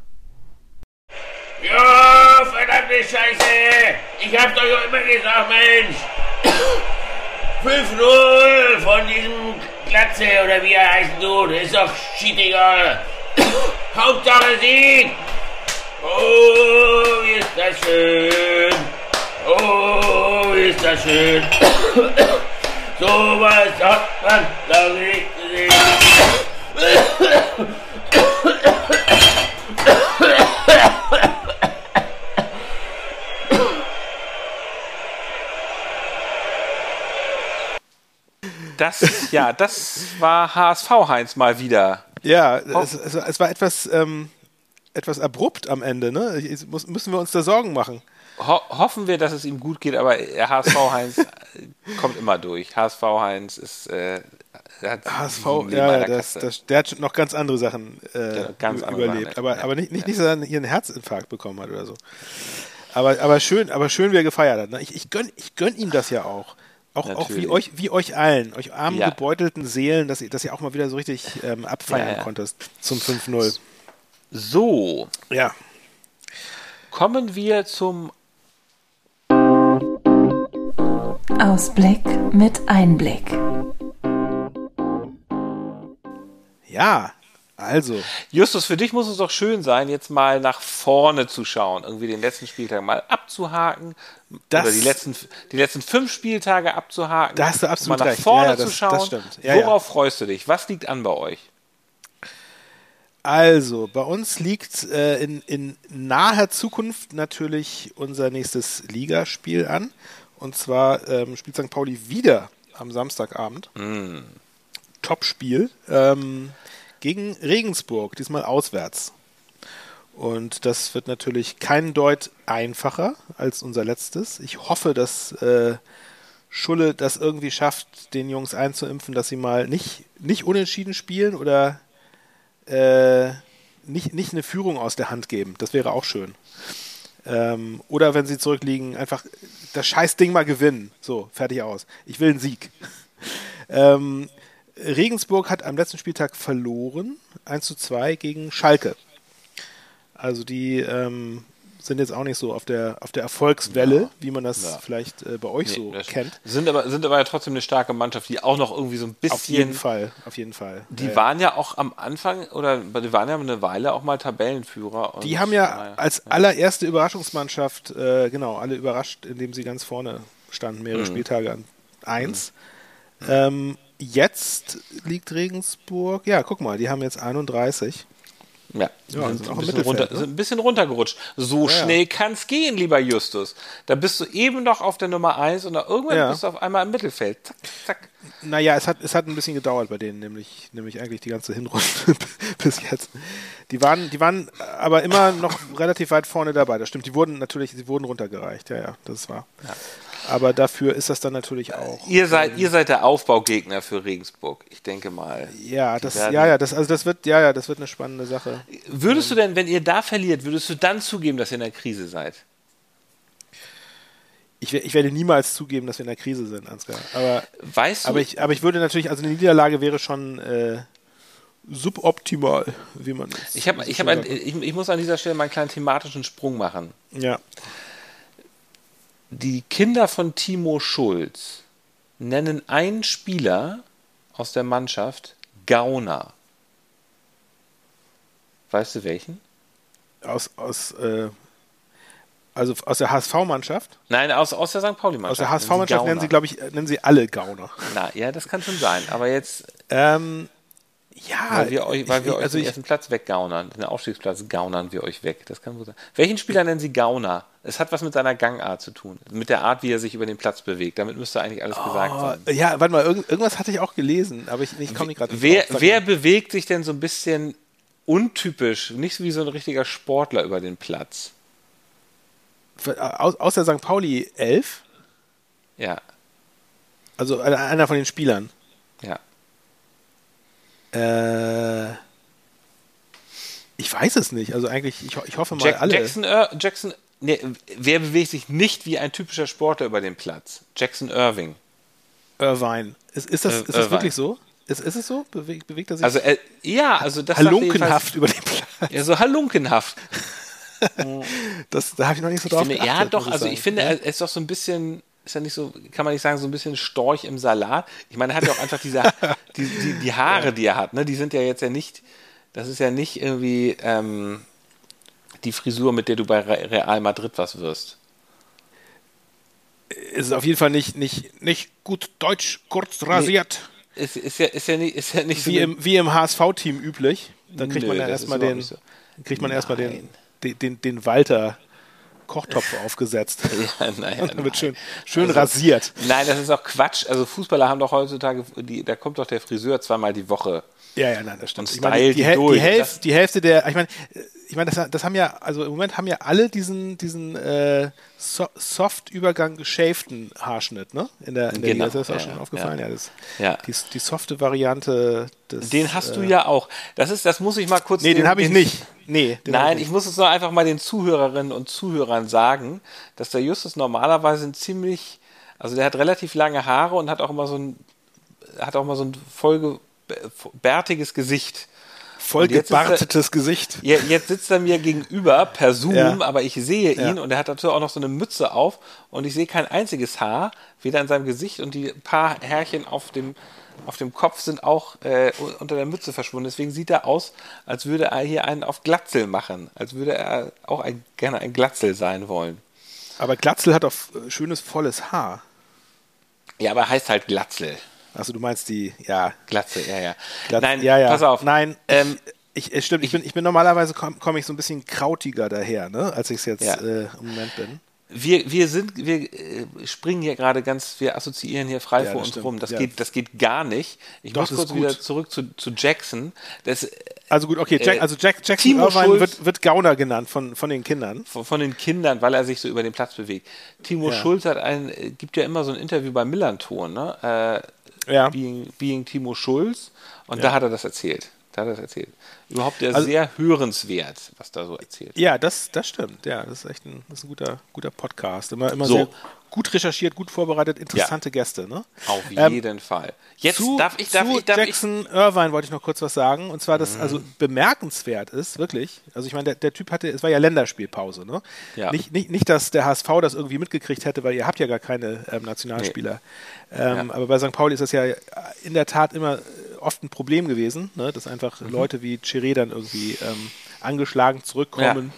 Ja, verdammte Scheiße! Ich hab doch immer gesagt, Mensch! fünf null von diesem Glatze, oder wie er heißt, du, das ist doch schießegal. Hauptsache Sieg! Oh, wie ist das schön! Oh, wie ist das schön! So was hat man lange nicht gesehen. Das, ja, das war H S V Heinz mal wieder. Ja, oh. es, es, es war etwas, ähm, etwas abrupt am Ende, ne? Ich, muss, müssen wir uns da Sorgen machen. Ho- hoffen wir, dass es ihm gut geht, aber H S V Heinz kommt immer durch. H S V Heinz ist äh, hat H S V, ja, das, das, der hat noch ganz andere Sachen äh, ganz andere überlebt, Sachen, aber, ja. aber nicht, nicht, ja. nicht, dass er hier einen Herzinfarkt bekommen hat oder so. Aber, aber schön, aber schön, wie er gefeiert hat. Ne? Ich, ich gönn, ich gönn ihm das ja auch. Auch, auch wie euch, wie euch allen, euch armen, ja. gebeutelten Seelen, dass ihr, dass ihr auch mal wieder so richtig ähm, abfeiern ja, ja. konntest zum fünf null. So. Ja. Kommen wir zum Ausblick mit Einblick. Ja, Also. Justus, für dich muss es doch schön sein, jetzt mal nach vorne zu schauen, irgendwie den letzten Spieltag mal abzuhaken, das, oder die letzten, die letzten fünf Spieltage abzuhaken. Da hast du absolut mal nach recht. vorne ja, ja, zu das, schauen. Das stimmt. Ja, Worauf ja. freust du dich? Was liegt an bei euch? Also, bei uns liegt äh, in, in naher Zukunft natürlich unser nächstes Ligaspiel an. Und zwar ähm, spielt Sankt Pauli wieder am Samstagabend. Mm. Topspiel ähm, gegen Regensburg, diesmal auswärts. Und das wird natürlich kein Deut einfacher als unser letztes. Ich hoffe, dass äh, Schulle das irgendwie schafft, den Jungs einzuimpfen, dass sie mal nicht, nicht unentschieden spielen oder äh, nicht, nicht eine Führung aus der Hand geben. Das wäre auch schön. Ähm, oder wenn sie zurückliegen, einfach das Scheißding mal gewinnen. So, fertig aus. Ich will einen Sieg. ähm, Regensburg hat am letzten Spieltag verloren, eins zu zwei gegen Schalke. Also die ähm, sind jetzt auch nicht so auf der, auf der Erfolgswelle, ja. wie man das ja. vielleicht äh, bei euch nee, so kennt. Sind aber, sind aber ja trotzdem eine starke Mannschaft, die auch noch irgendwie so ein bisschen... Auf jeden Fall, auf jeden Fall. Die ja, waren ja auch am Anfang, oder die waren ja eine Weile auch mal Tabellenführer. Und, die haben ja als ja. allererste Überraschungsmannschaft, äh, genau, alle überrascht, indem sie ganz vorne standen, mehrere mhm. Spieltage an eins. Mhm. Ähm, jetzt liegt Regensburg, ja, guck mal, die haben jetzt einunddreißig. Ja, ja sind, sind, auch ein im bisschen runter, ne? sind ein bisschen runtergerutscht. So ja, schnell ja. kann es gehen, lieber Justus. Da bist du eben noch auf der Nummer eins und irgendwann ja. bist du auf einmal im Mittelfeld. Zack, zack. Naja, es hat, es hat ein bisschen gedauert bei denen, nämlich, nämlich eigentlich die ganze Hinrunde bis jetzt. Die waren, die waren aber immer noch relativ weit vorne dabei. Das stimmt, die wurden natürlich, sie wurden runtergereicht. Ja, ja, das war. Ja. Aber dafür ist das dann natürlich auch. Ihr seid, ähm, ihr seid der Aufbaugegner für Regensburg, ich denke mal. Ja, das, ja, ja, das, also das wird, ja, ja, das wird eine spannende Sache. Würdest du denn, wenn ihr da verliert, würdest du dann zugeben, dass ihr in der Krise seid? Ich, ich werde niemals zugeben, dass wir in der Krise sind, Ansgar. Aber, weißt du? Aber ich, aber ich würde natürlich, also eine Niederlage wäre schon äh, suboptimal, wie man es ich, hab, ich, hab ein, ich, ich muss an dieser Stelle mal einen kleinen thematischen Sprung machen. Ja. Die Kinder von Timo Schulz nennen einen Spieler aus der Mannschaft Gauner. Weißt du welchen? Aus, aus, äh, also aus der H S V-Mannschaft? Nein, aus, aus der Sankt Pauli-Mannschaft. Aus der H S V-Mannschaft nennen sie, glaube ich, nennen sie alle Gauner. Na, ja, das kann schon sein. Aber jetzt... Ähm, ja, weil wir euch, weil ich, wir euch also den ich, ersten Platz weggaunern, den Aufstiegsplatz gaunern wir euch weg. Das kann wohl sein. Welchen Spieler nennen Sie Gauner? Es hat was mit seiner Gangart zu tun, mit der Art, wie er sich über den Platz bewegt. Damit müsste eigentlich alles oh, gesagt sein. Ja, warte mal, irgend, irgendwas hatte ich auch gelesen, aber ich, ich komme nicht gerade. Wer, wer bewegt sich denn so ein bisschen untypisch, nicht so wie so ein richtiger Sportler über den Platz? Aus, aus der Sankt Pauli elf? Ja. Also einer von den Spielern? Ja. Äh, ich weiß es nicht. Also eigentlich, ich, ich hoffe mal Jack, alle. Jackson, Ir- Jackson nee, wer bewegt sich nicht wie ein typischer Sportler über den Platz? Jackson Irving. Irvine. Ist, ist das, Ir- ist das wirklich so? Ist, ist es so? Bewegt, bewegt er sich? Also, äh, ja, also das halunkenhaft über den Platz. Ja, so halunkenhaft. das, da habe ich noch nicht so drauf finde, geachtet. Ja, doch, ich also sagen. ich finde, ja? er ist doch so ein bisschen... Ist ja nicht so, kann man nicht sagen, so ein bisschen Storch im Salat. Ich meine, er hat ja auch einfach diese, die, die, die Haare, ja. die er hat, ne? Die sind ja jetzt ja nicht, das ist ja nicht irgendwie ähm, die Frisur, mit der du bei Real Madrid was wirst. Es ist auf jeden Fall nicht, nicht, nicht gut deutsch kurz rasiert. Nee, ist, ist, ja, ist, ja nicht, ist ja nicht wie so. Im, wie im H S V-Team üblich. Da kriegt Nö, man ja erstmal den, so. kriegt man erstmal den, den, den, den Walter Kochtopf aufgesetzt. Ja, naja, und dann wird schön, schön also, rasiert. Nein, das ist auch Quatsch. Also Fußballer haben doch heutzutage, die, da kommt doch der Friseur zweimal die Woche. Ja, ja, nein, das stimmt. Und ich meine, die, die, die, durch. die, Hälfte, die Hälfte der, ich meine, ich meine, das, das haben ja, also im Moment haben ja alle diesen, diesen äh, so, Soft-Übergang geschäften Haarschnitt, ne? In der, in der genau. Liga. Ist das auch ja, schon aufgefallen? Ja, ja, das, ja. Die, die softe Variante des. Den hast äh, du ja auch. Das ist, das muss ich mal kurz. Nee, den, den habe ich nicht. Nee, Nein, ich, ich muss es nur einfach mal den Zuhörerinnen und Zuhörern sagen, dass der Justus normalerweise ein ziemlich, also der hat relativ lange Haare und hat auch immer so ein, hat auch mal so ein vollgebärtiges Gesicht. Vollgebartetes Gesicht. Ja, jetzt sitzt er mir gegenüber per Zoom, ja. aber ich sehe ihn ja. und er hat natürlich auch noch so eine Mütze auf und ich sehe kein einziges Haar, weder an seinem Gesicht und die paar Härchen auf dem auf dem Kopf sind auch äh, unter der Mütze verschwunden. Deswegen sieht er aus, als würde er hier einen auf Glatzel machen. Als würde er auch ein, gerne ein Glatzel sein wollen. Aber Glatzel hat auch schönes, volles Haar. Ja, aber heißt halt Glatzel. Achso, du meinst die, ja. Glatzel, ja, ja. Glatz, Nein, ja, ja. pass auf. Nein, ähm, ich, ich, stimmt, ich bin, ich bin normalerweise komme komm ich so ein bisschen krautiger daher, ne, als ich es jetzt ja. äh, im Moment bin. Wir, wir sind, wir äh, springen hier gerade ganz, wir assoziieren hier frei Ja, vor das uns stimmt. rum. Das, Ja. geht, das geht gar nicht. Ich Doch, muss das kurz ist gut. wieder zurück zu, zu Jackson. Das, Also gut, okay, Jack, Äh, also Jack, Jackson Timo Irvine Schulz- wird, wird Gauner genannt von, von den Kindern. von, von den Kindern, weil er sich so über den Platz bewegt. Timo Ja. Schulz hat ein, äh, gibt ja immer so ein Interview bei Millanton, ne? Äh, Ja. Being, Being Timo Schulz. Und Ja. da hat er das erzählt. Da hat er das erzählt. Überhaupt der Also- sehr hörenswert, was da so erzählt. Ja, das, das stimmt. Ja, das ist echt ein, das ist ein guter, guter Podcast. Immer, immer So. sehr gut recherchiert, gut vorbereitet, interessante Gäste, ne? Auf Ähm, jeden Fall. Jetzt zu, darf ich, darf zu ich, darf ich. Jackson Irvine wollte ich noch kurz was sagen. Und zwar, dass Mhm. also bemerkenswert ist, wirklich. Also ich meine, der, der Typ hatte, es war ja Länderspielpause, ne? Ja. Nicht, nicht, nicht, dass der H S V das irgendwie mitgekriegt hätte, weil ihr habt ja gar keine ähm, Nationalspieler. Ähm, Ja. Aber bei Sankt Pauli ist das ja in der Tat immer oft ein Problem gewesen, ne? Dass einfach Mhm. Leute wie Chiré dann irgendwie ähm, angeschlagen zurückkommen.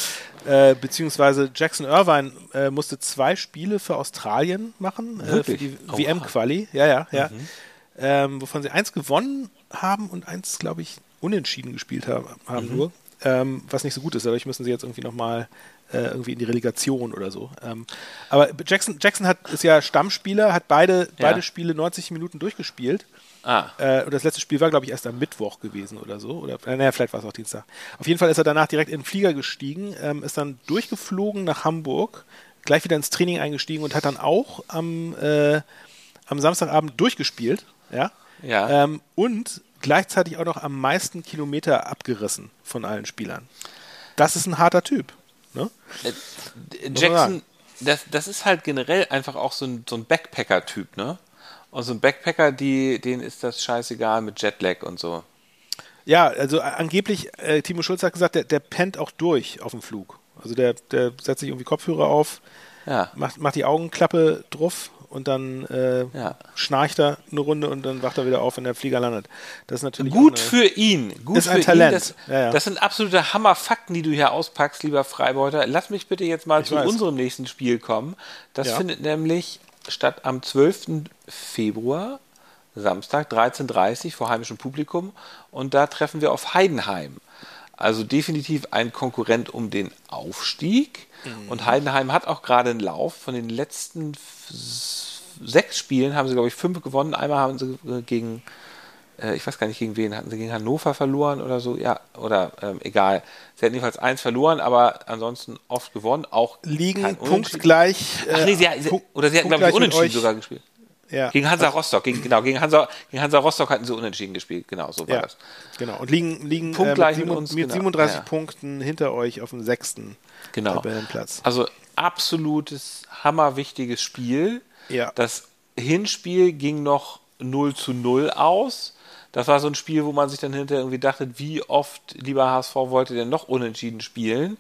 Äh, beziehungsweise Jackson Irvine äh, musste zwei Spiele für Australien machen, äh, für Wirklich? die Oha. W M-Quali. Ja, ja, ja. Ähm, wovon sie eins gewonnen haben und eins, glaube ich, unentschieden gespielt haben, haben Mhm. nur. Ähm, was nicht so gut ist, dadurch müssen sie jetzt irgendwie nochmal äh, irgendwie in die Relegation oder so. Ähm, aber Jackson, Jackson hat, ist ja Stammspieler, hat beide, Ja. beide Spiele neunzig Minuten durchgespielt. Ah, Äh, und das letzte Spiel war, glaube ich, erst am Mittwoch gewesen oder so. Oder, äh, naja, vielleicht war es auch Dienstag. Auf jeden Fall ist er danach direkt in den Flieger gestiegen, ähm, ist dann durchgeflogen nach Hamburg, gleich wieder ins Training eingestiegen und hat dann auch am, äh, am Samstagabend durchgespielt. Ja. Ja. Ähm, und gleichzeitig auch noch am meisten Kilometer abgerissen von allen Spielern. Das ist ein harter Typ. Ne? Äh, man Jackson, sagen. das, das ist halt generell einfach auch so ein, so ein Backpacker-Typ, ne? Und so ein Backpacker, die, denen ist das scheißegal mit Jetlag und so. Ja, also äh, angeblich, äh, Timo Schulz hat gesagt, der, der pennt auch durch auf dem Flug. Also der, der setzt sich irgendwie Kopfhörer auf, Ja. macht, macht die Augenklappe drauf und dann äh, Ja. schnarcht er eine Runde und dann wacht er wieder auf, wenn der Flieger landet. Das ist natürlich Gut auch eine, für ihn. Gut Ist ein für Talent. ihn. Das, Ja, ja. das sind absolute Hammerfakten, die du hier auspackst, lieber Freibeuter. Lass mich bitte jetzt mal Ich zu weiß. unserem nächsten Spiel kommen. Das Ja. findet nämlich statt am zwölften Februar, Samstag, dreizehn Uhr dreißig vor heimischem Publikum. Und da treffen wir auf Heidenheim. Also definitiv ein Konkurrent um den Aufstieg. Mhm. Und Heidenheim hat auch gerade einen Lauf. Von den letzten f- sechs Spielen haben sie, glaube ich, fünf gewonnen. Einmal haben sie äh, gegen, äh, ich weiß gar nicht gegen wen, hatten sie gegen Hannover verloren oder so. Ja, oder ähm, egal. Sie hätten jedenfalls eins verloren, aber ansonsten oft gewonnen. Auch liegen kein Unentschieden. punktgleich. Ach nee, sie, sie, Punkt- oder sie hatten, glaube ich, punktgleich mit unentschieden euch. sogar gespielt. Ja, Gegen Hansa Rostock, gegen, genau, gegen Hansa, gegen Hansa Rostock hatten sie unentschieden gespielt. Genau, so war ja, das. genau. Und liegen, liegen äh, Punktgleich mit, mit siebenund- uns, mit genau. siebenunddreißig Ja. Punkten hinter euch auf dem sechsten Genau. Tabellenplatz. Also absolutes hammerwichtiges Spiel. Ja. Das Hinspiel ging noch null zu null aus. Das war so ein Spiel, wo man sich dann hinterher irgendwie dachte, wie oft, lieber H S V, wollt ihr denn noch unentschieden spielen?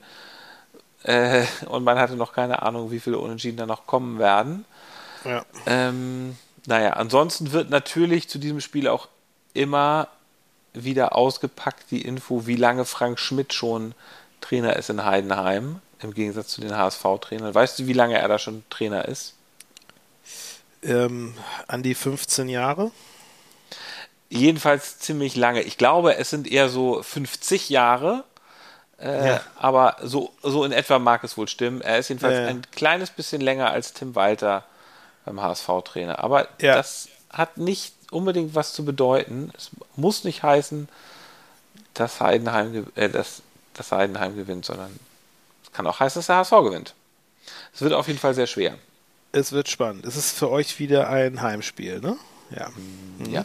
Äh, und man hatte noch keine Ahnung, wie viele Unentschieden da noch kommen werden. Ja. Ähm, naja, ansonsten wird natürlich zu diesem Spiel auch immer wieder ausgepackt die Info, wie lange Frank Schmidt schon Trainer ist in Heidenheim, im Gegensatz zu den H S V-Trainern. Weißt du, wie lange er da schon Trainer ist? Ähm, an die fünfzehn Jahre. Jedenfalls ziemlich lange. Ich glaube, es sind eher so fünfzig Jahre, äh, Ja. aber so, so in etwa mag es wohl stimmen. Er ist jedenfalls Ja, ja. ein kleines bisschen länger als Tim Walter beim H S V-Trainer. Aber Ja. das hat nicht unbedingt was zu bedeuten. Es muss nicht heißen, dass Heidenheim, ge- äh, dass, dass Heidenheim gewinnt, sondern es kann auch heißen, dass der H S V gewinnt. Es wird auf jeden Fall sehr schwer. Es wird spannend. Es ist für euch wieder ein Heimspiel, ne? Ja. Ja.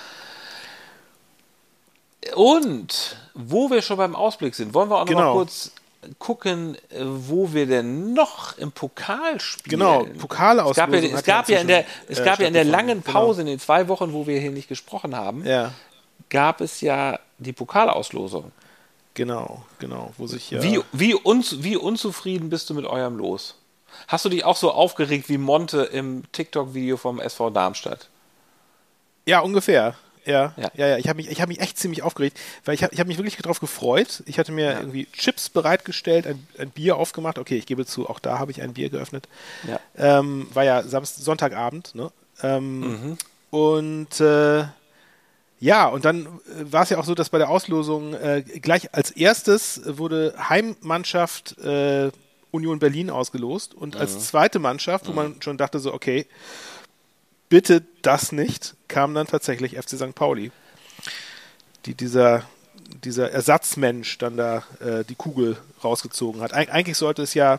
Und wo wir schon beim Ausblick sind, wollen wir auch noch mal Genau. kurz gucken, äh, wo wir denn noch im Pokal spielen. Genau, Pokalauslosung Es gab ja, es hat ja gab ja in der, inzwischen, es äh, gab ja in der stattgefunden. langen Pause, in den zwei Wochen, wo wir hier nicht gesprochen haben, Ja, gab es ja die Pokalauslosung. genau, genau. Wo sich ja. Wie, wie, uns, wie unzufrieden bist du mit eurem Los? Hast du dich auch so aufgeregt wie Monte im TikTok-Video vom S V Darmstadt? Ja, ungefähr. Ja, Ja. ja, ja. Ich habe mich, ich habe mich echt ziemlich aufgeregt, weil ich habe ich hab mich wirklich darauf gefreut. Ich hatte mir Ja. irgendwie Chips bereitgestellt, ein, ein Bier aufgemacht. Okay, ich gebe zu, auch da habe ich ein Bier geöffnet. Ja. Ähm, war ja Samst Sonntagabend, ne? Ähm, Mhm. Und äh, ja, und dann äh, war es ja auch so, dass bei der Auslosung äh, gleich als erstes wurde Heimmannschaft äh, Union Berlin ausgelost und als zweite Mannschaft, wo man schon dachte so, okay, bitte das nicht, kam dann tatsächlich F C Sankt Pauli. Die dieser, dieser Ersatzmensch dann da äh, die Kugel rausgezogen hat. Eig eigentlich sollte es ja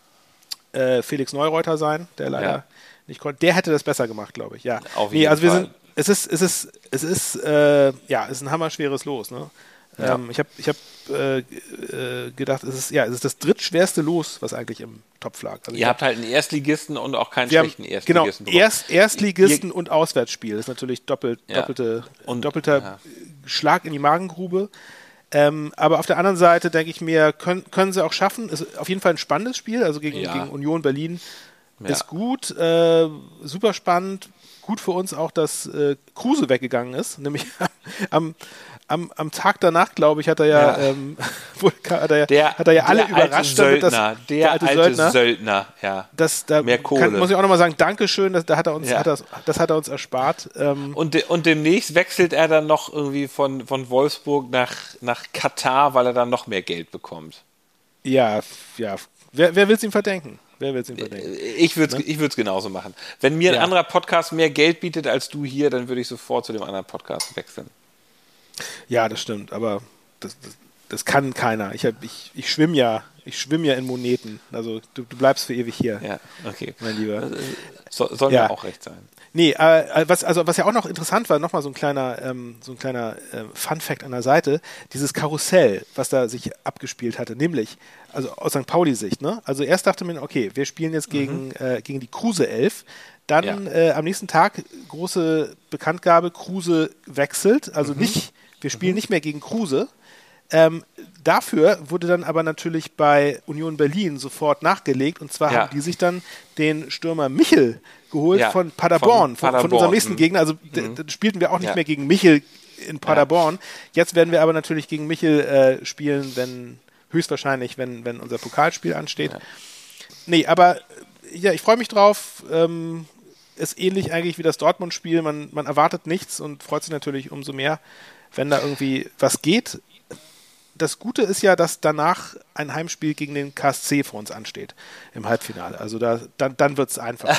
äh, Felix Neureuter sein, der leider Ja. nicht konnte. Der hätte das besser gemacht, glaube ich. Ja. Auf nee, jeden also wir Fall. sind, es ist, es ist, es ist, äh, ja, es ist ein hammerschweres Los, ne? Ja. Ähm, ich habe ich hab, äh, äh, gedacht, es ist, ja, es ist das drittschwerste Los, was eigentlich im Topf lag. Also ich Ihr hab- habt halt einen Erstligisten und auch keinen wir haben, schlechten genau, Erstligisten. bekommen. Erst, Erstligisten und Auswärtsspiel. Das ist natürlich doppelt, Ja. doppelte, Und- doppelter ja. Schlag in die Magengrube. Ähm, aber auf der anderen Seite denke ich mir, können, können sie auch schaffen. Ist auf jeden Fall ein spannendes Spiel. Also gegen, Ja. gegen Union Berlin Ja. ist gut, äh, super spannend. Gut für uns auch, dass äh, Kruse weggegangen ist. Nämlich am, am, am Tag danach, glaube ich, hat er ja, Ja. ähm, wohl- hat er ja, Der, hat er ja alle der alte überrascht damit, dass Söldner, der, alte, Söldner, ja. das, da Mehr Kohle. Kann, muss ich auch nochmal sagen, Dankeschön, das, da hat er uns, Ja. hat er, das hat er uns erspart. Ähm, Und, de, und demnächst wechselt er dann noch irgendwie von, von Wolfsburg nach, nach Katar, weil er dann noch mehr Geld bekommt. ja, ja. Wer, wer will es ihm verdenken? Wer will es ihm verdenken? Ich würde es ich würd's genauso machen. Wenn mir ein Ja. anderer Podcast mehr Geld bietet als du hier, dann würde ich sofort zu dem anderen Podcast wechseln. Ja, das stimmt, aber das, das, das kann keiner. Ich, hab- ich, ich schwimme ja, ich schwimme ja in Moneten. Also du, du bleibst für ewig hier, Ja, okay. mein Lieber. So, soll Ja. mir auch recht sein. Nee, äh, was, also, was ja auch noch interessant war, nochmal so ein kleiner, ähm, so ein kleiner äh, Fun-Fact an der Seite, dieses Karussell, was da sich abgespielt hatte, nämlich, also aus Sankt Pauli-Sicht, ne? Also erst dachte man, okay, wir spielen jetzt gegen, äh, gegen die Kruse elf, dann Ja. äh, am nächsten Tag große Bekanntgabe, Kruse wechselt, also nicht, wir spielen nicht mehr gegen Kruse. Ähm, dafür wurde dann aber natürlich bei Union Berlin sofort nachgelegt und zwar Ja. haben die sich dann den Stürmer Michel geholt Ja, von Paderborn, von von, von Paderborn, unserem nächsten mhm. Gegner. Also d- d- spielten wir auch nicht Ja. mehr gegen Michel in Paderborn. Jetzt werden wir aber natürlich gegen Michel äh, spielen, wenn höchstwahrscheinlich, wenn, wenn unser Pokalspiel ansteht. Ja. Nee, aber äh, ja, ich freue mich drauf. Ähm, ist ähnlich eigentlich wie das Dortmund-Spiel. Man, man erwartet nichts und freut sich natürlich umso mehr, wenn da irgendwie was geht. Das Gute ist ja, dass danach ein Heimspiel gegen den K S C für uns ansteht im Halbfinale. Also da, dann, dann wird es einfach.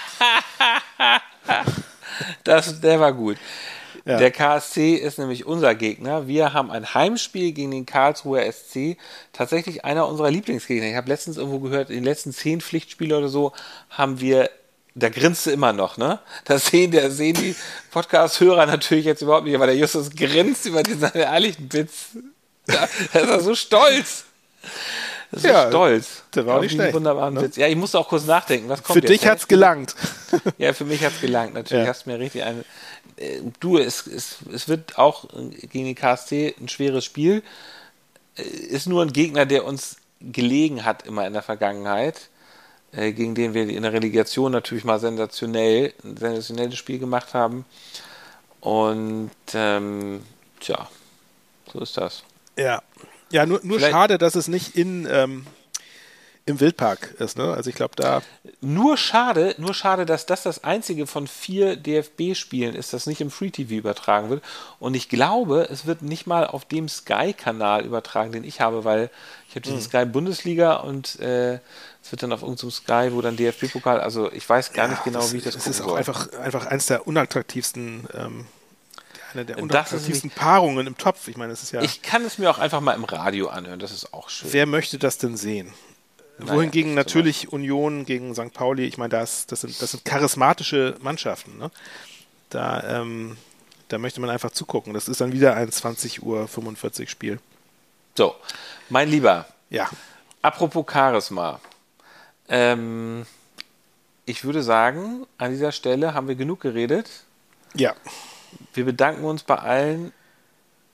Das, der war gut. Ja. Der K S C ist nämlich unser Gegner. Wir haben ein Heimspiel gegen den Karlsruher S C. Tatsächlich einer unserer Lieblingsgegner. Ich habe letztens irgendwo gehört, in den letzten zehn Pflichtspiele oder so haben wir, da grinst du immer noch, ne? Das sehen, das sehen die Podcast-Hörer natürlich jetzt überhaupt nicht, aber der Justus grinst über diesen ehrlichen Witz. Da, da ist er so stolz. Das ist Ja, so stolz. der war auch Auf nicht diesen schlecht, wunderbaren ne? Witz. Ja, ich musste auch kurz nachdenken. Was kommt Für jetzt? dich hat's gelangt. Ja, für mich hat es gelangt. Natürlich Ja. hast du mir richtig eine. Äh, du, es, es, es wird auch gegen die K S C ein schweres Spiel. Äh, Ist nur ein Gegner, der uns gelegen hat immer in der Vergangenheit, äh, gegen den wir in der Relegation natürlich mal sensationell, ein sensationelles Spiel gemacht haben. Und ähm, tja, so ist das. Ja, ja, nur, nur Vielleicht- schade, dass es nicht in, ähm, im Wildpark ist. Ne? Also ich glaube, da Nur schade, nur schade, dass das das einzige von vier D F B-Spielen ist, das nicht im Free T V übertragen wird. Und ich glaube, es wird nicht mal auf dem Sky-Kanal übertragen, den ich habe, weil ich habe diesen Sky Bundesliga und äh, es wird dann auf irgendeinem Sky, wo dann D F B-Pokal, also ich weiß gar nicht genau, wie ich das Es gucken ist auch soll. einfach, einfach eins der unattraktivsten, ähm, eine der Das ist unattraktivsten Paarungen im Topf. Ich meine, es ist ja. Ich kann es mir auch einfach mal im Radio anhören, das ist auch schön. Wer möchte das denn sehen? Naja, Wohingegen zum natürlich Union gegen Sankt Pauli, ich meine, das, das, sind, das sind charismatische Mannschaften. Ne? Da, ähm, da möchte man einfach zugucken. Das ist dann wieder ein zwanzig Uhr fünfundvierzig Spiel. So, mein Lieber, Ja, apropos Charisma. Ähm, ich würde sagen, an dieser Stelle haben wir genug geredet. ja, Wir bedanken uns bei allen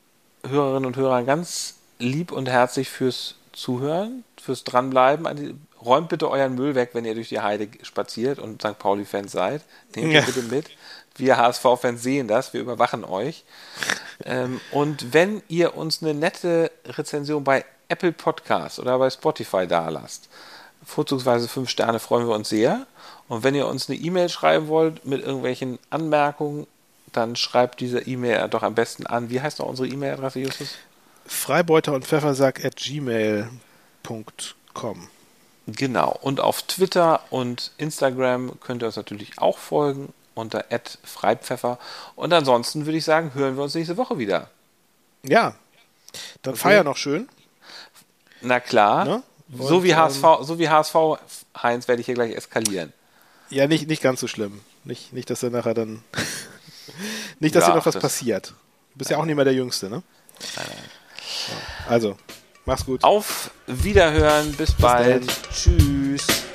Hörerinnen und Hörern ganz lieb und herzlich fürs Zuhören, fürs Dranbleiben an, die, räumt bitte euren Müll weg, wenn ihr durch die Heide spaziert und Sankt Pauli-Fans seid. Nehmt ja. ihr bitte mit. Wir H S V-Fans sehen das, wir überwachen euch. ähm, und wenn ihr uns eine nette Rezension bei Apple Podcasts oder bei Spotify dalasst, vorzugsweise fünf Sterne, freuen wir uns sehr. Und wenn ihr uns eine E-Mail schreiben wollt mit irgendwelchen Anmerkungen, dann schreibt diese E-Mail doch am besten an. Wie heißt noch unsere E-Mail-Adresse, Justus? Freibeuter und Pfeffersack at gmail punkt com. Genau. Und auf Twitter und Instagram könnt ihr uns natürlich auch folgen unter at freipfeffer. Und ansonsten würde ich sagen, hören wir uns nächste Woche wieder. Ja. Dann okay. Feier noch schön. Na klar. Ne? So, Und, wie H S V, ähm, so wie H S V, Heinz, werde ich hier gleich eskalieren. Ja, nicht, nicht ganz so schlimm. Nicht, nicht dass er nachher dann... nicht, dass ja, dir noch was das passiert. Du bist ja auch nicht mehr der Jüngste, ne? Nein, nein. Also, mach's gut. Auf Wiederhören. Bis, bis bald. Dann. Tschüss.